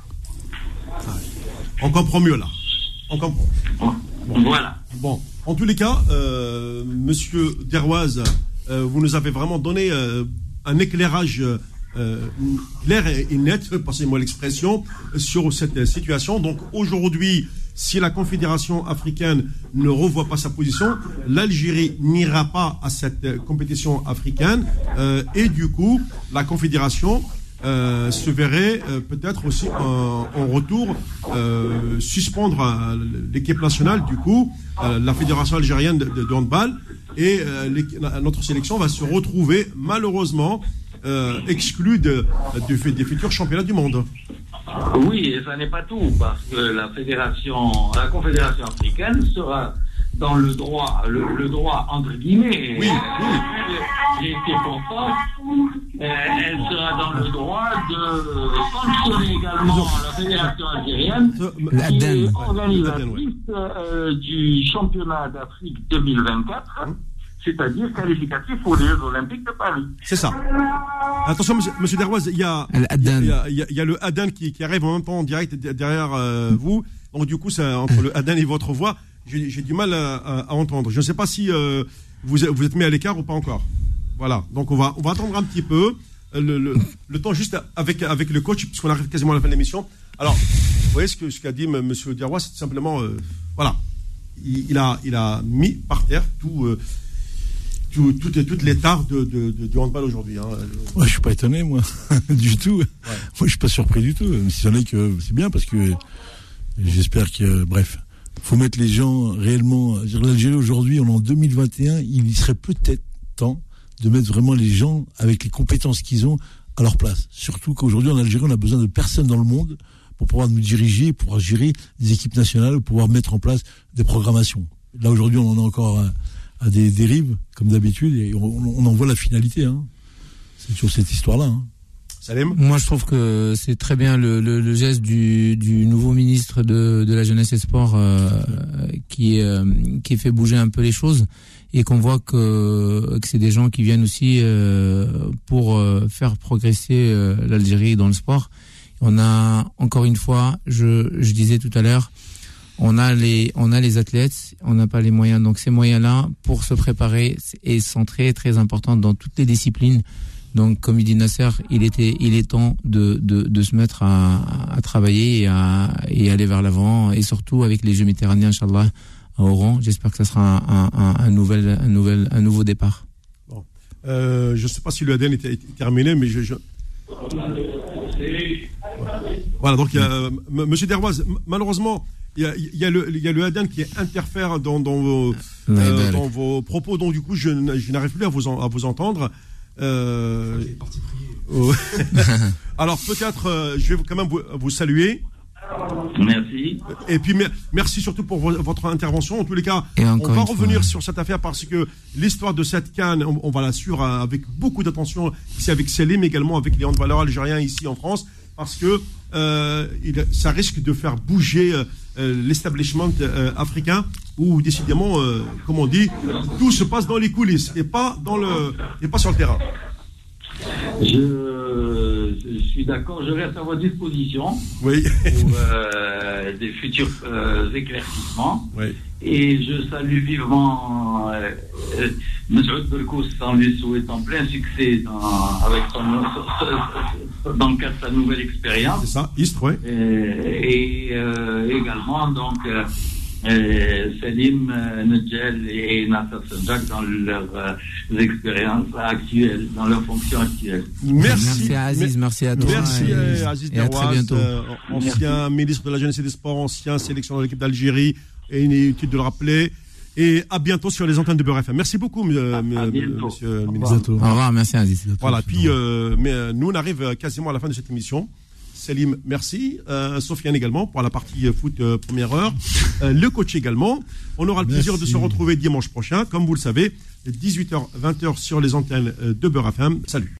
On comprend mieux là. On comprend. Bon. Voilà. Bon, en tous les cas, monsieur Derouaz, vous nous avez vraiment donné un éclairage clair et net, passez-moi l'expression, sur cette situation. Donc aujourd'hui, si la Confédération africaine ne revoit pas sa position, l'Algérie n'ira pas à cette compétition africaine et du coup, la Confédération se verrait peut-être aussi en retour suspendre l'équipe nationale, du coup, la Fédération algérienne de handball, et notre sélection va se retrouver malheureusement exclue des futurs championnats du monde. Oui, et ça n'est pas tout, parce que la Confédération africaine sera dans le droit entre guillemets, j'ai été content, elle sera dans le droit de sanctionner également la Fédération algérienne, qui est organisatrice du championnat d'Afrique 2024, c'est-à-dire qualificatif aux Jeux Olympiques de Paris. C'est ça. Attention, monsieur Derouaz, il y a le Adan qui arrive en même temps en direct derrière vous. Donc du coup, c'est entre le Adan et votre voix, j'ai du mal à entendre. Je ne sais pas si vous êtes mis à l'écart ou pas encore. Voilà. Donc on va attendre un petit peu le temps juste avec le coach, puisqu'on arrive quasiment à la fin de l'émission. Alors, vous voyez ce qu'a dit monsieur Derouaz, c'est simplement voilà, il a mis par terre toutes les tares du handball aujourd'hui. Hein. Ouais, je suis pas étonné, moi, du tout. Ouais. Moi, je suis pas surpris du tout. Si c'en est que c'est bien, parce que j'espère que, bref, faut mettre les gens réellement. L'Algérie aujourd'hui, on est en 2021, il serait peut-être temps de mettre vraiment les gens avec les compétences qu'ils ont à leur place. Surtout qu'aujourd'hui, en Algérie, on a besoin de personne dans le monde pour pouvoir nous diriger, pour gérer des équipes nationales, pour pouvoir mettre en place des programmations. Là, aujourd'hui, on en a encore à des dérives, comme d'habitude, et on en voit la finalité. Hein. C'est toujours cette histoire-là. Hein. Salim ? Moi, je trouve que c'est très bien le geste du nouveau ministre de la Jeunesse et Sport qui fait bouger un peu les choses. et qu'on voit que c'est des gens qui viennent aussi pour faire progresser l'Algérie dans le sport. On a, encore une fois, je disais tout à l'heure, on a les athlètes, on n'a pas les moyens. Donc ces moyens-là, pour se préparer, sont très très importants dans toutes les disciplines. Donc comme il dit Nasser, il est temps de se mettre à travailler et aller vers l'avant, et surtout avec les Jeux méditerranéens, Inch'Allah, à Oran. J'espère que ça sera un nouveau départ. Bon. Je ne sais pas si le ADN est terminé, mais voilà, donc Monsieur Dervoise, malheureusement, il y a le ADN qui interfère dans vos propos, donc du coup je n'arrive plus à vous entendre. Alors peut-être je vais quand même vous saluer. Merci. Et puis merci surtout pour votre intervention. En tous les cas, on va revenir sur cette affaire parce que l'histoire de cette CAN, on va la suivre avec beaucoup d'attention ici avec Selim, également avec les handballeurs algériens ici en France, parce que ça risque de faire bouger l'establishment africain, où décidément, comme on dit, tout se passe dans les coulisses et pas sur le terrain. Je suis d'accord, je reste à votre disposition pour des futurs éclaircissements. Oui. Et je salue vivement Mesroud Berkous en lui souhaitant plein succès dans le cadre de sa nouvelle expérience. C'est ça, Istres, oui. Et également, donc, Selim Nedjel et Nasser Senjak dans leurs expériences actuelles, dans leurs fonctions actuelles. Merci Aziz, merci à toi. Merci Aziz Dervoise, ancien ministre de la Jeunesse et des Sports, ancien sélectionneur de l'équipe d'Algérie, et inutile de le rappeler. Et à bientôt sur les antennes de Beurre FM. Merci beaucoup, monsieur le ministre. Au revoir, merci Aziz. Voilà, puis nous on arrive quasiment à la fin de cette émission. Selim, merci. Sofiane également pour la partie foot première heure. Le coach également. On aura le plaisir de se retrouver dimanche prochain, comme vous le savez, 18h, 20h sur les antennes de Beurre FM. Salut.